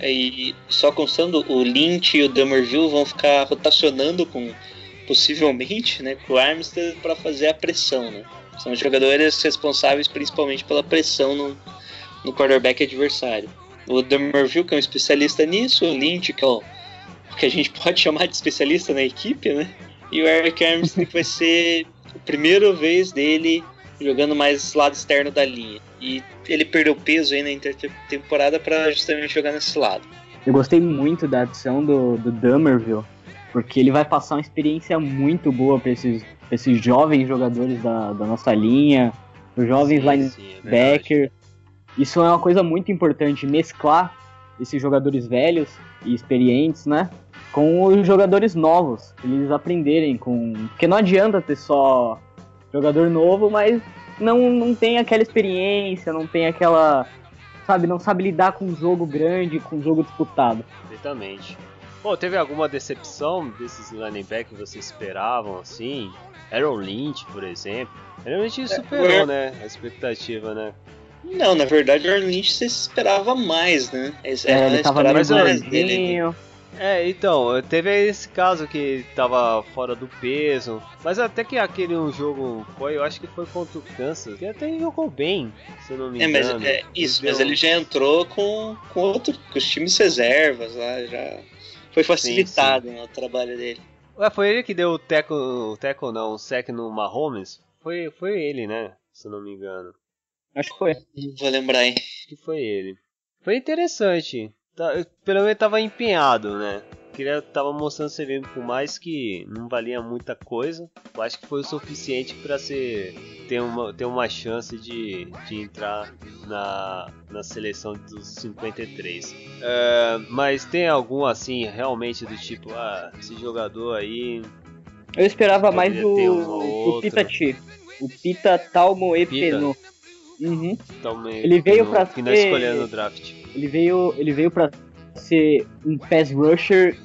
E só constando, o Lynch e o Dumerville vão ficar rotacionando com, possivelmente, né, com o Armstead para fazer a pressão, né? São os jogadores responsáveis principalmente pela pressão no, no quarterback adversário. O Dumerville, que é um especialista nisso, o Lynch, que é o, o que a gente pode chamar de especialista na equipe, né? E o Eric Armstead, que vai ser a primeira vez dele jogando mais lado externo da linha. E ele perdeu peso aí na intertemporada para justamente jogar nesse lado. Eu gostei muito da adição do, do Dumerville, porque ele vai passar uma experiência muito boa para esses, pra esses jovens jogadores da, da nossa linha, os jovens linebackers. Isso é uma coisa muito importante, mesclar esses jogadores velhos e experientes, né, com os jogadores novos, eles aprenderem com... Porque não adianta ter só jogador novo, mas não, não tem aquela experiência, não tem aquela... Sabe, não sabe lidar com um jogo grande, com um jogo disputado. Exatamente. Pô, teve alguma decepção desses linebackers que vocês esperavam, assim? Aaron Lynch, por exemplo. Aaron Lynch superou, é, né, a expectativa, né? Não, na verdade, o Aaron Lynch você esperava mais, né? É, é, ele tava mais gordinho. É, então, teve esse caso que tava fora do peso, mas até que aquele um jogo foi, eu acho que foi contra o Kansas, que até jogou bem, se eu não me engano. É, mas, é isso, ele mas deu... ele já entrou com, com, outro, com os times reservas lá, já foi facilitado, sim, sim, né, o trabalho dele. Ué, foi ele que deu o teco, o teco não, o sec no Mahomes? Foi, foi ele, né, se eu não me engano. Acho que foi. Vou lembrar aí. Acho que foi ele. Foi interessante. Pelo menos tava empenhado, né? Ele tava mostrando servindo, por mais que não valia muita coisa, eu acho que foi o suficiente para ser ter uma, ter uma chance de, de entrar na, na seleção dos cinquenta e três. É, mas tem algum assim realmente do tipo, ah, esse jogador aí. Eu esperava mais do, do Pita T. O Pita Talmo Epeno. Uhum. Talmo ele veio para que nós escolhemos no draft. Ele veio, ele veio pra ser um pass rusher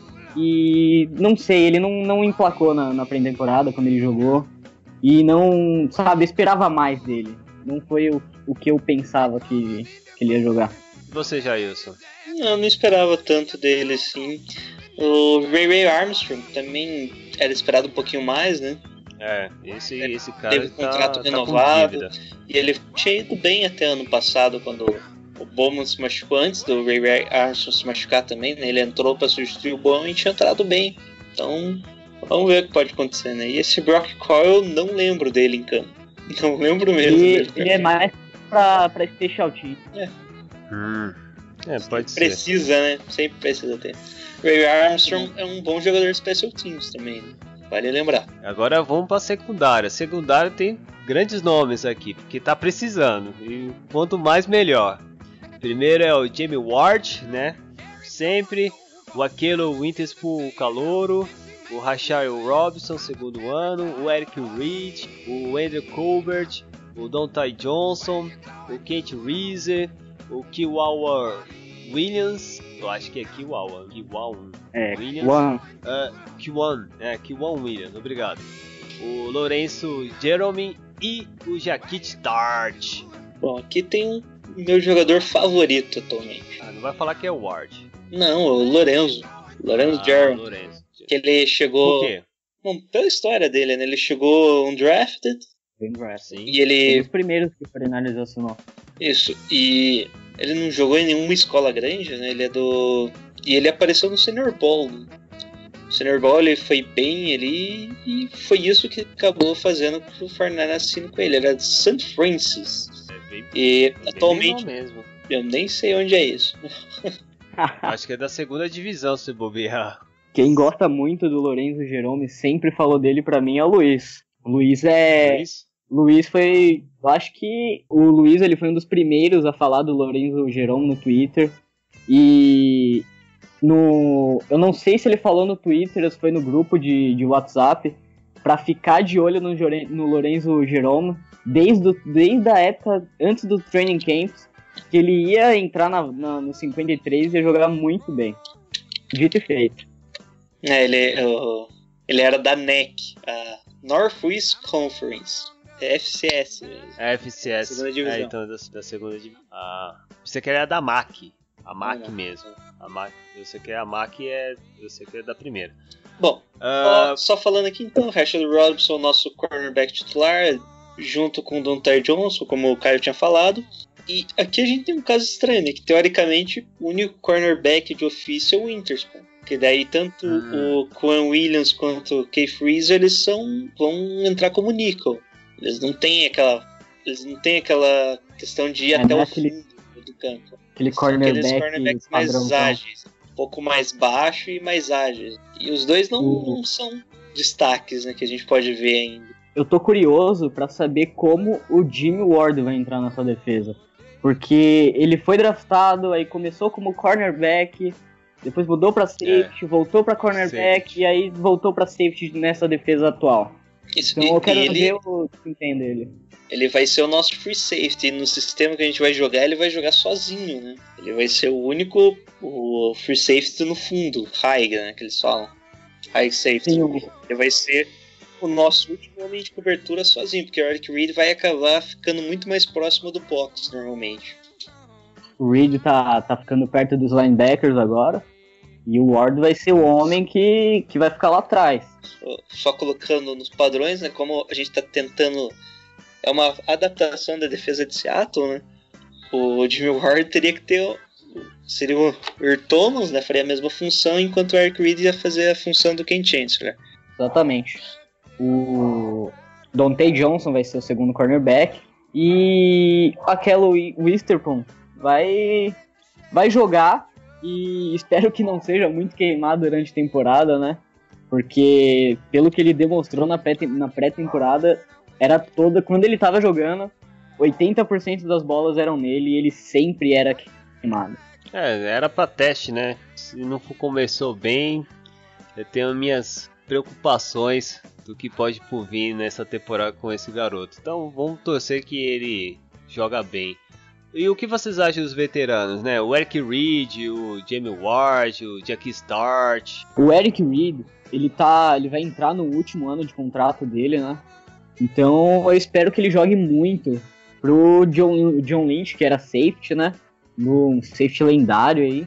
e não sei, ele não, não emplacou na, na pré-temporada quando ele jogou e não, sabe, eu esperava mais dele. Não foi o, o que eu pensava que, que ele ia jogar. Você, Jailson? Eu não esperava tanto dele, assim. O Ray Ray Armstrong também era esperado um pouquinho mais, né? É, esse, esse cara teve tá, contrato tá renovado e ele tinha ido bem até ano passado quando o Bowman se machucou, antes do Ray Ray Armstrong se machucar também, né? Ele entrou para substituir o Bowman e tinha entrado bem. Então, vamos ver o que pode acontecer, né? E esse Brock Coyle, não lembro dele em campo. Não lembro mesmo. Ele, ele é mais pra, pra special team. É. Hum. É, pode ser. Precisa, né? Sempre precisa ter. Ray Armstrong é um bom jogador de special teams também, né? Vale lembrar. Agora vamos pra secundária. Secundária tem grandes nomes aqui, porque tá precisando. E quanto mais, melhor. Primeiro é o Jamie Ward, né? Sempre. O Aquelo Winterspool, o calouro. o Rashard Robinson, segundo ano, o Eric Reed, o Andrew Colbert, o Dontai Johnson, o Kate Reese, o Kiwawa Williams, eu acho que é Kiwawa, Kiwawa É, Williams, One. uh, Kiwan, é, Kiwan Williams, obrigado. O Lourenço Jerome e o Jaquit Tart. Bom, aqui tem o meu jogador favorito atualmente. Ah, não vai falar que é o Ward. Não, o Lorenzo. Lorenzo Ah, Jerome. Lourenço. Que ele chegou... Por quê? Bom, pela história dele, né? Ele chegou undrafted Bem draft. Sim. e Foi ele... os primeiros que o forty-niners assinou. Isso, e ele não jogou em nenhuma escola grande, né? Ele é do... E ele apareceu no Senior Bowl, né? O Senior Bowl ele foi bem ali e foi isso que acabou fazendo com que o forty-niners assine com ele. Ele era de Saint Francis. É bem, E bem atualmente legal mesmo. eu nem sei onde é isso. Acho que é da segunda divisão, se bobear. Quem gosta muito do Lorenzo Jerome sempre falou dele pra mim é o Luiz. O Luiz é... Luiz? Luiz foi... Eu acho que o Luiz ele foi um dos primeiros a falar do Lorenzo Jerome no Twitter. E... No... Eu não sei se ele falou no Twitter ou se foi no grupo de, de WhatsApp pra ficar de olho no, Jore... no Lorenzo Jerome desde, o... desde a época antes do training camps, que ele ia entrar na, na, no cinquenta e três e ia jogar muito bem. Dito e feito. É, ele, o- ele era da N E C, a Northwest Conference, F C S mesmo. É F C S. Segunda divisão. É, então da, da segunda divisão. Ah, você quer é da M A C. A M A C Não. mesmo. A M A C. Você quer a M A C é. Você quer da primeira. Bom, Ah, só, só falando aqui então, Rashad Robinson, nosso cornerback titular, junto com o Dontai Johnson, como o Caio tinha falado. E aqui a gente tem um caso estranho, né? Que teoricamente o único cornerback de ofício é o Witherspoon. Que daí tanto Hum. o Quan Williams quanto o Keith Reese, eles são, vão entrar como nickel. Eles não têm aquela, eles não têm aquela questão de ir É, até não é o aquele- fundo do campo. Aquele São aqueles cornerback cornerbacks mais padrãozão. ágeis, um pouco mais baixo e mais ágeis. E os dois não, Uhum. não são destaques, né, que a gente pode ver ainda. Eu tô curioso pra saber como o Jimmy Ward vai entrar nessa defesa. Porque ele foi draftado, aí começou como cornerback, depois mudou pra safety, voltou pra cornerback Safety. e aí voltou pra safety nessa defesa atual. Isso, Então e, eu quero e ele, ver o desempenho dele. ele vai ser o nosso free safety. E no sistema que a gente vai jogar, ele vai jogar sozinho, né? Ele vai ser o único o free safety no fundo, high, né, que eles falam. High safety. Sim, o- Ele vai ser o nosso último homem de cobertura sozinho, porque o Eric Reed vai acabar ficando muito mais próximo do box, normalmente. O Reed tá, tá ficando perto dos linebackers agora. E o Ward vai ser o homem que, que vai ficar lá atrás. Só- Só colocando nos padrões, né, como a gente tá tentando... É uma adaptação da defesa de Seattle, né? O Jimmy Ward teria que ter... o- Seria o Earl Thomas, né? Faria a mesma função, enquanto o Eric Reed ia fazer a função do Ken Chancellor. Exatamente. O Dontai Johnson vai ser o segundo cornerback. E aquela Witherspoon vai, vai jogar. E espero que não seja muito queimado durante a temporada, né? Porque pelo que ele demonstrou na pré- na pré-temporada, era toda. Quando ele tava jogando, oitenta por cento das bolas eram nele e ele sempre era queimado. é, era pra teste, né? Se não for- começou bem, eu tenho minhas preocupações do que pode por vir nessa temporada com esse garoto. Então vamos torcer que ele joga bem. E o que vocês acham dos veteranos, né? O Eric Reed, o Jamie Ward, o Jackie Start. O Eric Reed, ele tá. Ele vai entrar no último ano de contrato dele, né? Então eu espero que ele jogue muito pro John, John Lynch, que era safety, né? No safety lendário aí.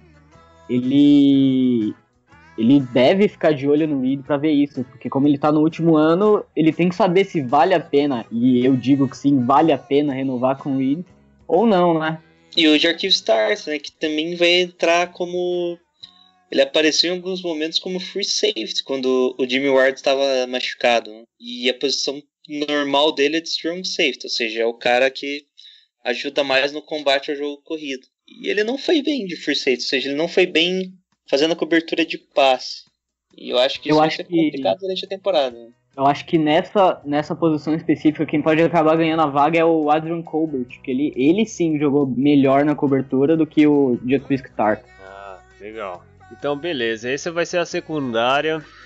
Ele. Ele deve ficar de olho no Reed pra ver isso, porque como ele tá no último ano, ele tem que saber se vale a pena, e eu digo que sim, vale a pena renovar com o Reed, ou não, né? E o Jarquil Stars, né? Que também vai entrar como... Ele apareceu em alguns momentos como free safety, quando o Jimmy Ward estava machucado. Né? E a posição normal dele é de strong safety, ou seja, é o cara que ajuda mais no combate ao jogo corrido. E ele não foi bem de free safety, ou seja, ele não foi bem fazendo a cobertura de passe. E eu acho que Eu isso vai acho ser que- complicado durante a temporada. Né? Eu aacho que nessa, nessa posição específica, quem pode acabar ganhando a vaga é o Adrian Colbert, que ele, ele sim jogou melhor na cobertura do que o Jacques Tart. Ah, legal. Então beleza, essa vai ser a secundária.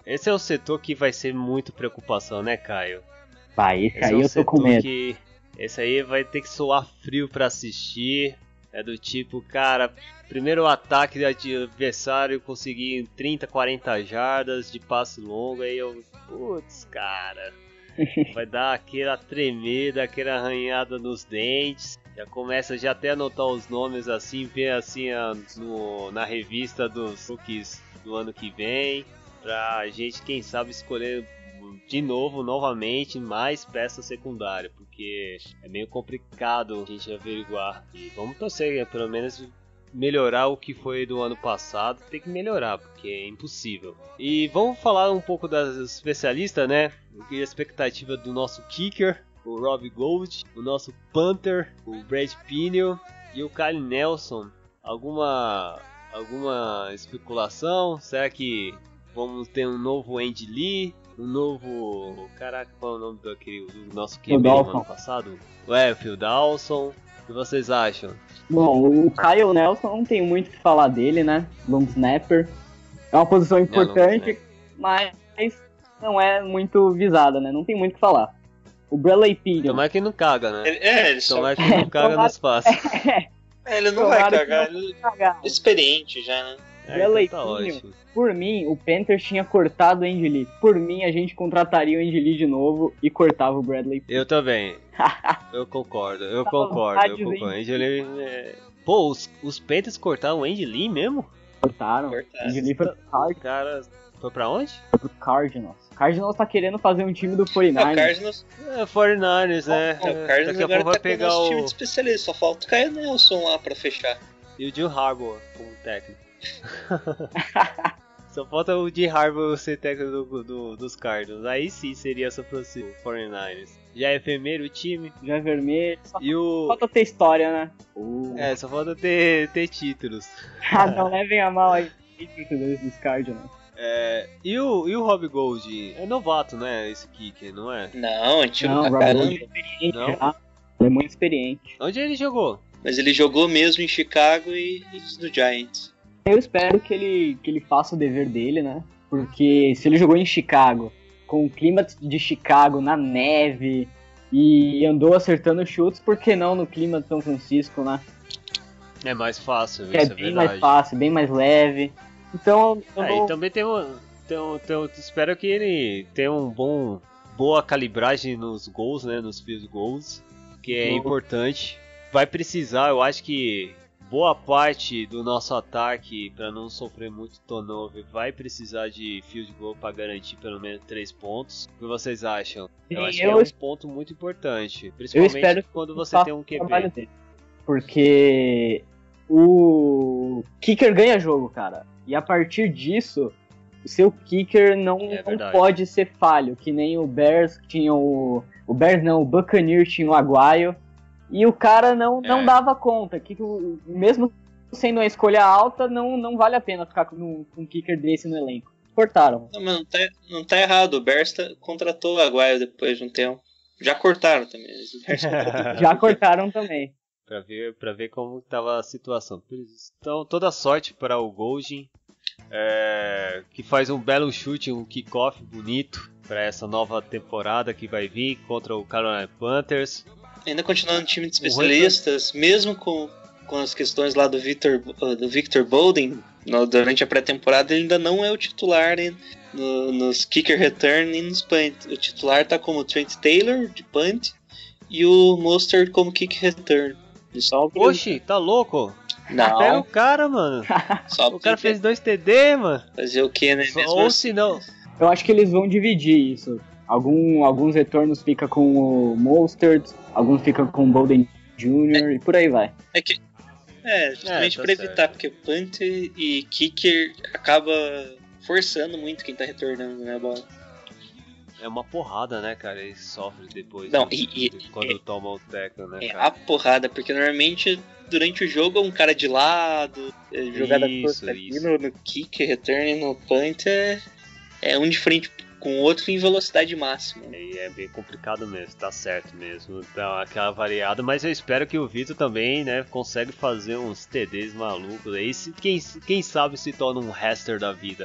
esse é o setor que vai ser muito preocupação, né, Caio? Vai, esse, Esse aí é um eu tô com setor medo. que... Esse aí vai ter que soar frio pra assistir. É do tipo, cara, primeiro ataque do adversário conseguir trinta, quarenta jardas de passe longo, aí eu... Putz, cara... Vai dar aquela tremida, aquela arranhada nos dentes. Já começa já até a anotar os nomes assim, ver assim a, no, na revista dos rookies do ano que vem. Pra gente, quem sabe, escolher de novo, novamente, mais peça secundária. Porque é meio complicado a gente averiguar. E vamos torcer, pelo menos melhorar o que foi do ano passado. Tem que melhorar, porque é impossível. E vamos falar um pouco das especialistas, né? A expectativa do nosso kicker, o Rob Gold, o nosso punter, o Brad Pinion e o Kyle Nelson. Alguma alguma especulação? Será que vamos ter um novo Andy Lee? Um novo... Caraca, qual é o nome daquele do nosso Q B do ano passado? É, Phil Dawson. O que vocês acham? Bom, o Kyle Nelson não tem muito o que falar dele, né? Long snapper. É uma posição importante, é, mas não é muito visada, né? Não tem muito o que falar. O Bradley Pinion... Tomara que não caga, né? Ele, é, ele só... Tomara que não caga Tomara... nos passos. É, ele não Tomara vai cagar, não ele cagar. é experiente já, né? É, Bradley então tá Pinion, ótimo. por mim, o Panthers tinha cortado o Andy Lee. Por mim, a gente contrataria o Andy Lee de novo e cortava o Bradley Pinion. Eu também. Eu concordo, eu concordo, eu concordo. Andy Lee, é... Pô, os, os Panthers cortaram o Andy Lee mesmo? Cortaram. Cortaram. Andy Lee foi pro Cardinals. Cara, foi pra onde? Foi pro Cardinals. O Cardinals tá querendo fazer um time do É, o quarenta e nine ers. Cardinals, É, quarenta e nine ers, né? é, o É, Cardinals daqui a agora pouco vai tá com o pegar nosso o... time de especialista, só falta o Kyle Nelson lá pra fechar. E o Jim Harbaugh como técnico. Só falta o Jim Harbaugh ser técnico do, do, dos Cardinals. Aí sim seria essa possível, quarenta e nine ers. Já é vermelho o time. Já é vermelho. Só E o... falta ter história, né? Uh. É, só falta ter, ter títulos. Ah, não levem a mal aí. Dos Cardinals. É, e, o, e o Rob Gold? É novato, né? Esse kicker, não é? Não, antigo Não, o pra Rob caramba. Gold é experiente Não? já. Ele é muito experiente. Onde ele jogou? Mas ele jogou mesmo em Chicago e, e no Giants. Eu espero que ele, que ele faça o dever dele, né? Porque se ele jogou em Chicago, com o clima de Chicago, na neve, e andou acertando chutes, por que não no clima de São Francisco, né? É mais fácil, Que é isso é bem verdade. mais fácil, bem mais leve. Então, eu É, não... e também tem um, tem um, tem um- espero que ele tenha um bom, boa calibragem nos gols, né, nos field goals, que é Bom. importante. Vai precisar, eu acho que boa parte do nosso ataque, para não sofrer muito turnover, vai precisar de field goal para garantir pelo menos três pontos. O que vocês acham? Eu Sim, acho que eu é es- um ponto muito importante, eu principalmente espero que quando ele você faça tem um o Q trabalho B. dele. Porque o kicker ganha jogo, cara. E a partir disso, o seu kicker não, É não verdade. pode ser falho, que nem o Bears que tinha o... O Bears não, o Buccaneers tinha o Aguayo. E o cara não, É. não dava conta. Que, o- mesmo sendo uma escolha alta, não, não vale a pena ficar com um, com um kicker desse no elenco. Cortaram. Não, mas não tá, não tá errado, o Bears tá- contratou o Aguayo depois de um tempo. Já cortaram também. O Bears contratou. Já cortaram também. Pra ver, pra ver como estava a situação. Então, toda sorte para o Goldin, é, que faz um belo chute, um kickoff bonito para essa nova temporada que vai vir contra o Carolina Panthers. Ainda continuando no time de especialistas, mesmo com, com as questões lá do Victor, do Victor Bolden, no- durante a pré-temporada, ele ainda não é o titular em- no- nos kicker return e nos punt. O titular tá como o Trent Taylor, de punt, e o Mostert como kick return. E só o Oxi, tá louco? Pega Não, o cara, mano. só O cara fez dois T D, mano. fazer o que, né? Só- Mesmo ou assim. se não... Eu acho que eles vão dividir isso. Algum, alguns retornos fica com o Mostert, alguns ficam com o Bolden Júnior e por aí vai. É que. É, justamente É, tá pra evitar, certo. porque punt e kicker acaba forçando muito quem tá retornando, né, a bola. É uma porrada, né, cara? Ele sofre depois. Não, né, e- e- de- quando toma o tackle, né, É cara? a porrada, porque normalmente durante o jogo é um cara de lado, é jogada Isso, curta aqui isso. no, no kick, return, no punt é, é um de frente com o outro em velocidade máxima. E é bem complicado mesmo, tá certo mesmo. Dá aquela variada, mas eu espero que o Vitor também, né, consiga fazer uns T Ds malucos aí. Se, quem, quem sabe se torna um Hester da vida,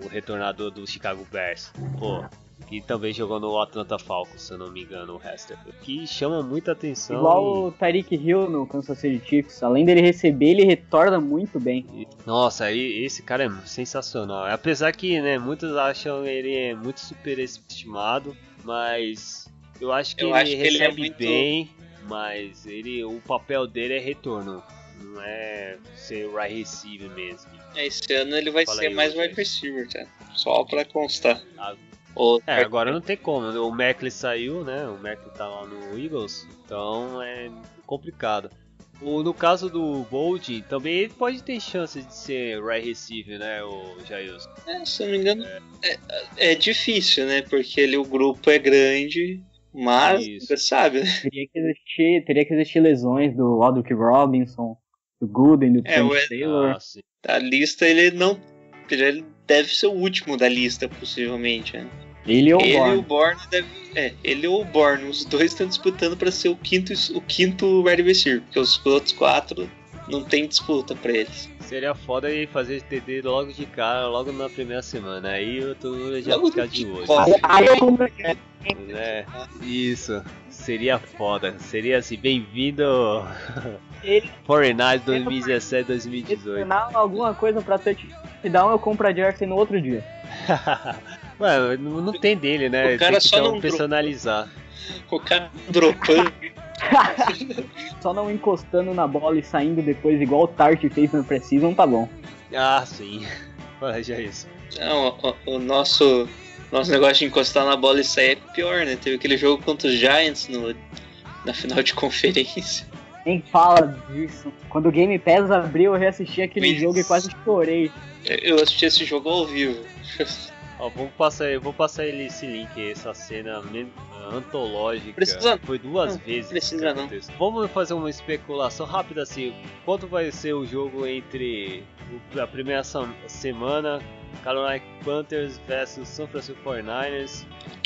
o retornador do Chicago Bears. Pô, que também jogou no Atlanta Falcons, se eu não me engano, o Hester. Que chama muita atenção. Igual e... o Tyreek Hill no Kansas City Chiefs. Além dele receber, ele retorna muito bem. Nossa, aí esse cara é sensacional. Apesar que, né, muitos acham ele muito superestimado, mas eu acho que Eu ele acho que ele é recebe muito- bem, mas ele, o papel dele é retorno. Não é ser wide receiver mesmo. Esse ano ele vai Fala ser aí, mais Rogério. wide receiver, tá? Só pra constar. Ah, O- É, agora não tem como. O Merkley saiu, né? O Merkley tá lá no Eagles, então é complicado. O, no caso do Bold, também ele pode ter chance de ser wide receiver, né, o Jailson? É, se eu não me engano, é, é difícil, né? Porque ele, o grupo é grande, mas Isso. você sabe, né? Teria que existir, teria que existir lesões do Aldrick Robinson, do Gooden, do É, Trent o- Taylor. Ah, sim. A lista ele não. Ele deve ser o último da lista, possivelmente, né? Ele ou o Ele e Bourne. o Bourne deve, é, ele ou o Bourne, os dois estão disputando para ser o quinto, o quinto wide receiver, porque os outros quatro não tem disputa para eles. Seria foda ele fazer T D logo de cara, logo na primeira semana. Aí eu tô já Logo ficar de de olho. cara. Aí eu compro Né? Isso. Seria foda. Seria assim, bem-vindo ele. Fortnite dois mil e dezessete, dois mil e Se dezoito. tornar alguma coisa pra touchdown, eu compro a jersey no outro dia. Mano, não, não tem dele, né? O cara tem que só então não personalizar. O cara dropando. Só não encostando na bola e saindo depois, igual o Tart fez no Precision, tá bom. Ah, sim. Olha já isso. Não, o, o nosso, nosso negócio de encostar na bola e sair é pior, né? Teve aquele jogo contra os Giants no, na final de conferência. Nem fala disso. Quando o Game Pass abriu, eu reassisti aquele Isso. jogo e quase chorei. Eu assisti esse jogo ao vivo. Ó, vamos passar, eu vou passar ele esse link, essa cena men- antológica. Precisa- Foi duas não, vezes. precisa que não. aconteceu. Vamos fazer uma especulação rápida assim. Quanto vai ser o jogo entre o- a primeira sam- semana, Carolina Panthers versus San Francisco forty-niners,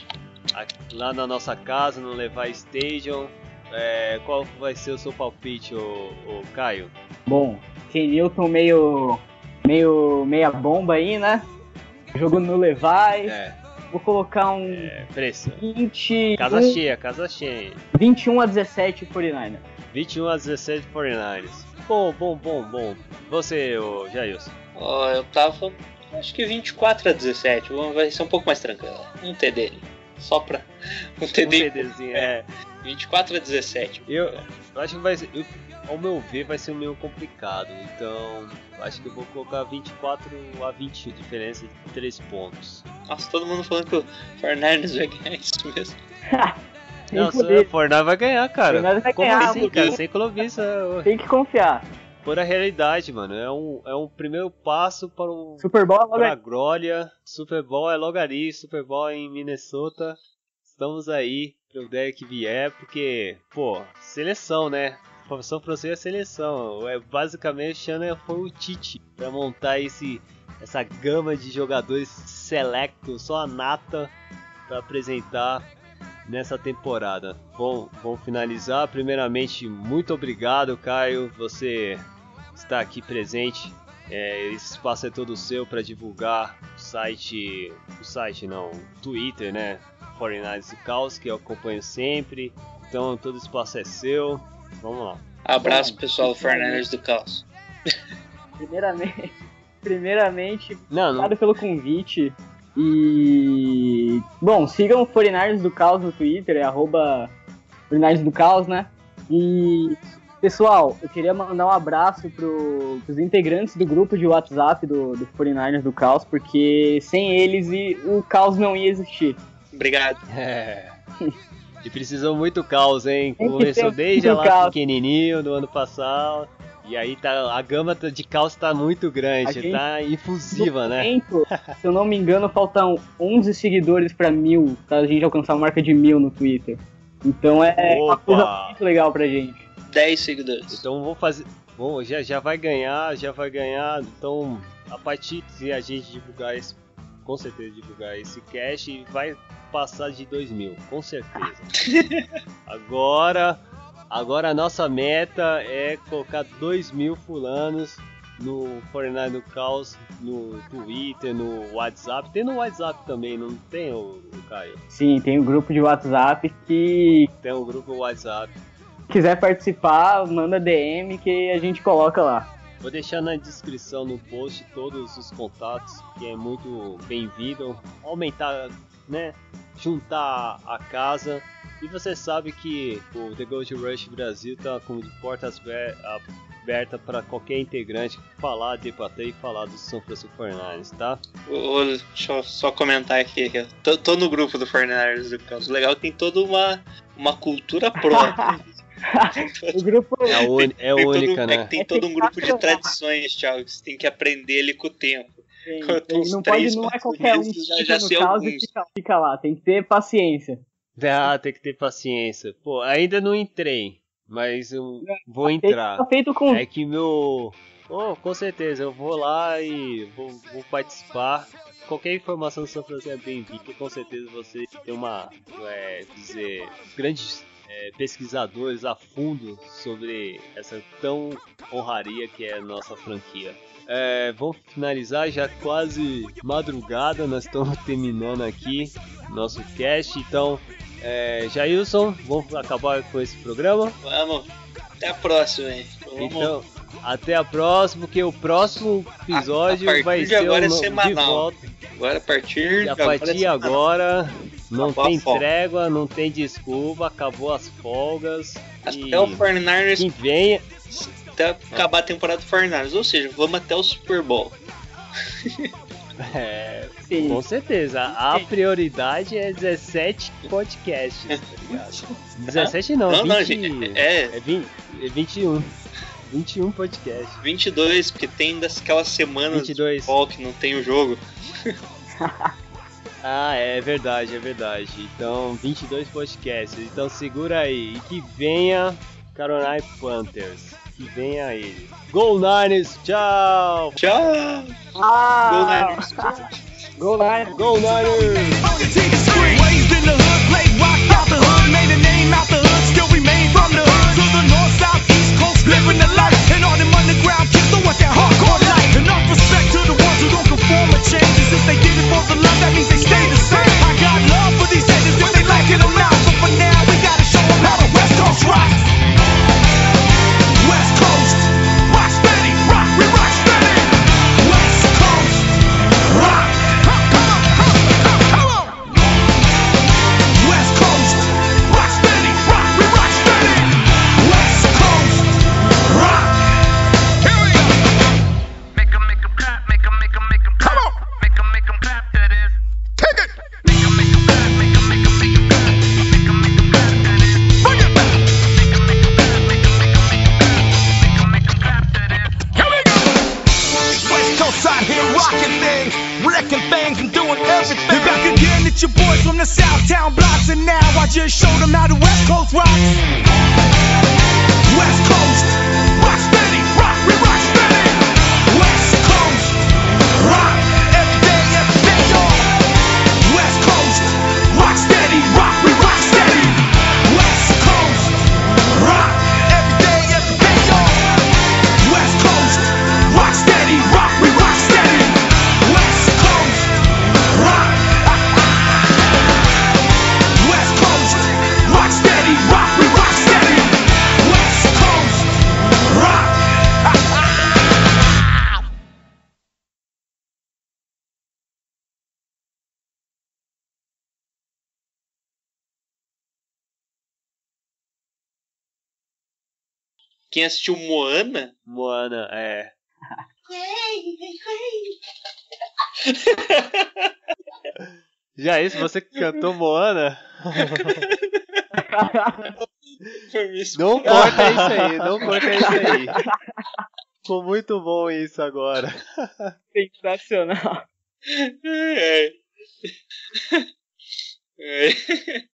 aqui- lá na nossa casa, no Levi Stadium? É, qual vai ser o seu palpite, ô, ô Caio? Bom, Ken Newton meio, meio meia bomba aí, né? Jogo no Levi. É, Vou colocar um é preço. vinte, Casa cheia, casa cheia. vinte e um a dezessete forty-niners. vinte e um a dezessete forty-niners. Bom, bom, bom, bom. Você, ô Jailson. Ó, eu tava, acho que vinte e quatro a dezessete. Vai ser um pouco mais tranquilo. Um T D. Só pra. Um Um T D. TDzinho, é. vinte e quatro a dezessete. Eu, eu acho que vai ser, eu, ao meu ver, vai ser meio complicado. Então, acho que eu vou colocar vinte e quatro a vinte, diferença de três pontos. Nossa, todo mundo falando que o Fernandes vai ganhar isso mesmo. Tem Nossa, poder. o Fortnite vai ganhar, cara. Fortnite vai Como ganhar, assim, porque- cara? Sem clubista, Tem que confiar. por a realidade, mano. É um, é um primeiro passo para o Super Bowl é logo pra aí. glória. Super Bowl é logo ali, Super Bowl é em Minnesota. Estamos aí pro dia que vier, porque, pô, seleção, né? São Francisco é seleção. É, basicamente, o Shannon foi o Tite pra montar esse, essa gama de jogadores selectos, só a nata, pra apresentar nessa temporada. Bom, vamos finalizar. Primeiramente, muito obrigado, Caio. Você está aqui presente. É, esse espaço é todo seu para divulgar o site, o site não, o Twitter, né? forty-niners do Caos, que eu acompanho sempre. Então todo espaço é seu. Vamos lá. Abraço, Bom, pessoal do isso aí. Fernandes do Caos. Primeiramente, primeiramente, Não, não. obrigado pelo convite. E. Bom, sigam o forty-niners do Caos no Twitter, é arroba forty-niners do Caos, né? E. Pessoal, eu queria mandar um abraço pro, pros integrantes do grupo de WhatsApp do, do forty-niners do Caos, porque sem eles e o Caos não ia existir. Obrigado. É. E precisou muito caos, hein? Tem que Começou ter desde muito lá caos. pequenininho do ano passado. E aí tá, a gama de caos tá muito A grande, gente- tá infusiva, No né? momento, se eu não me engano, faltam onze seguidores pra mil, pra gente alcançar a marca de mil no Twitter. Então é uma Opa! coisa muito legal pra gente. dez seguidores. Então vou fazer. Bom, já, já vai ganhar, já vai ganhar. Então, a partir de a gente divulgar esse. Com certeza divulgar esse cash, vai passar de dois mil, com certeza. Agora. Agora a nossa meta é colocar dois mil fulanos no quarenta e nove no Caos, no Twitter, no WhatsApp. Tem no WhatsApp também, não tem, o, o Caio? Sim, tem um grupo de WhatsApp que Tem um grupo WhatsApp. quiser participar, manda D M que a gente coloca lá. Vou deixar na descrição no post todos os contatos, que é muito bem-vindo. Aumentar, né? Juntar a casa. E você sabe que o The Gold Rush Brasil tá com de portas abertas para qualquer integrante falar, debater e falar do São Francisco forty-niners, tá? Ô, deixa eu só comentar aqui. Eu tô, tô no grupo do forty-niners do Caos. O legal é que tem toda uma, uma cultura própria. O grupo É, a un... é Tem única, todo, é né? que tem todo um grupo de tradições, Thiago, que você tem que aprender ali com o tempo. tem, Quanto tem- uns não três, pode, não é quatro qualquer um que meses, já- fica já no sei caos e alguns. fica, fica lá, tem que ter paciência. Ah, tem que ter paciência. Pô, ainda não entrei, mas eu vou Tem que entrar. tá feito com É que meu... Oh, com certeza, eu vou lá e vou, vou participar. Qualquer informação do São Francisco é bem-vinda, porque com certeza você tem uma, é, dizer, grandes é, pesquisadores a fundo sobre essa tão honraria que é a nossa franquia. É, vamos finalizar, já quase madrugada, nós estamos terminando aqui nosso cast, então, é, Jailson, vamos acabar com esse programa? Vamos, até a próxima, hein? Vamos. Então, até a próxima, porque o próximo episódio A- a partir vai de ser agora o é no- de semanal. volta. Agora a partir E a de agora é partir de semanal. agora não Acabou a tem folga. trégua, não tem desculpa, acabou as folgas. E Até o forty-niners, quem venha, até acabar a temporada do forty-niners, ou seja, vamos até o Super Bowl. é, Sim. com certeza, a prioridade é dezessete podcasts, tá ligado? dezessete não, Não, vinte, não, gente, é- é vinte, é vinte e um. vinte e um podcasts. vinte e dois, porque tem daquelas semanas vinte e dois. de futebol que não tem o jogo. Ah, é verdade, é verdade. Então, vinte e dois podcasts. Então, segura aí. E que venha Carolina Panthers. Que venha ele. Go Niners, tchau! Tchau! Ah, Go Niners! Go Niners! Go Niners! Raised in the hood, played rock out the hood, made a name out the hood, still remain from the hood to the north, south, east coast, living the life, and all them underground kids don't want that hardcore life. Enough respect to the ones who don't conform or change, and since they did it for the love, that means they stay the same. I got love for these haters, if they like it or not, but for now we gotta show them how the West Coast rocks. West Coast, rock steady, rock, we rock steady. West Coast, rock. Come on, come on, come on. West Coast, rock steady, rock, we rock steady. West Coast, rock. Here we go. Make 'em, make 'em clap, make 'em, make 'em, make 'em clap. Come on. Make 'em, make 'em clap, that is. Take it. Make 'em, make 'em clap, make 'em, make 'em, make 'em clap. Make 'em, make 'em clap, that is. Bring it back. Make 'em, make 'em clap, make 'em, make 'em, make 'em clap. Make 'em, make 'em clap, that is. Here we go. West Coast out here rocking things, wrecking things and doing everything. You're back again, it's your boys from the Southtown blocks, and now I just showed them how the West Coast rocks. West Coast, rock steady, rock, we rock steady. West Coast, rock, every day, every day, y'all. West Coast, rock steady, rock, we rock steady. West Coast, rock, every day, every day, y'all. West Coast, rock steady, rock, we rock steady. West Coast, rock. West Coast, rock steady, rock, we rock steady. West Coast, rock. Quem assistiu Moana? Moana, é. Já isso, você que cantou Moana? Foi minha esposa. Não corta isso aí, não corta isso aí. Ficou muito bom isso agora. Sensacional. Ai, ai. Ai.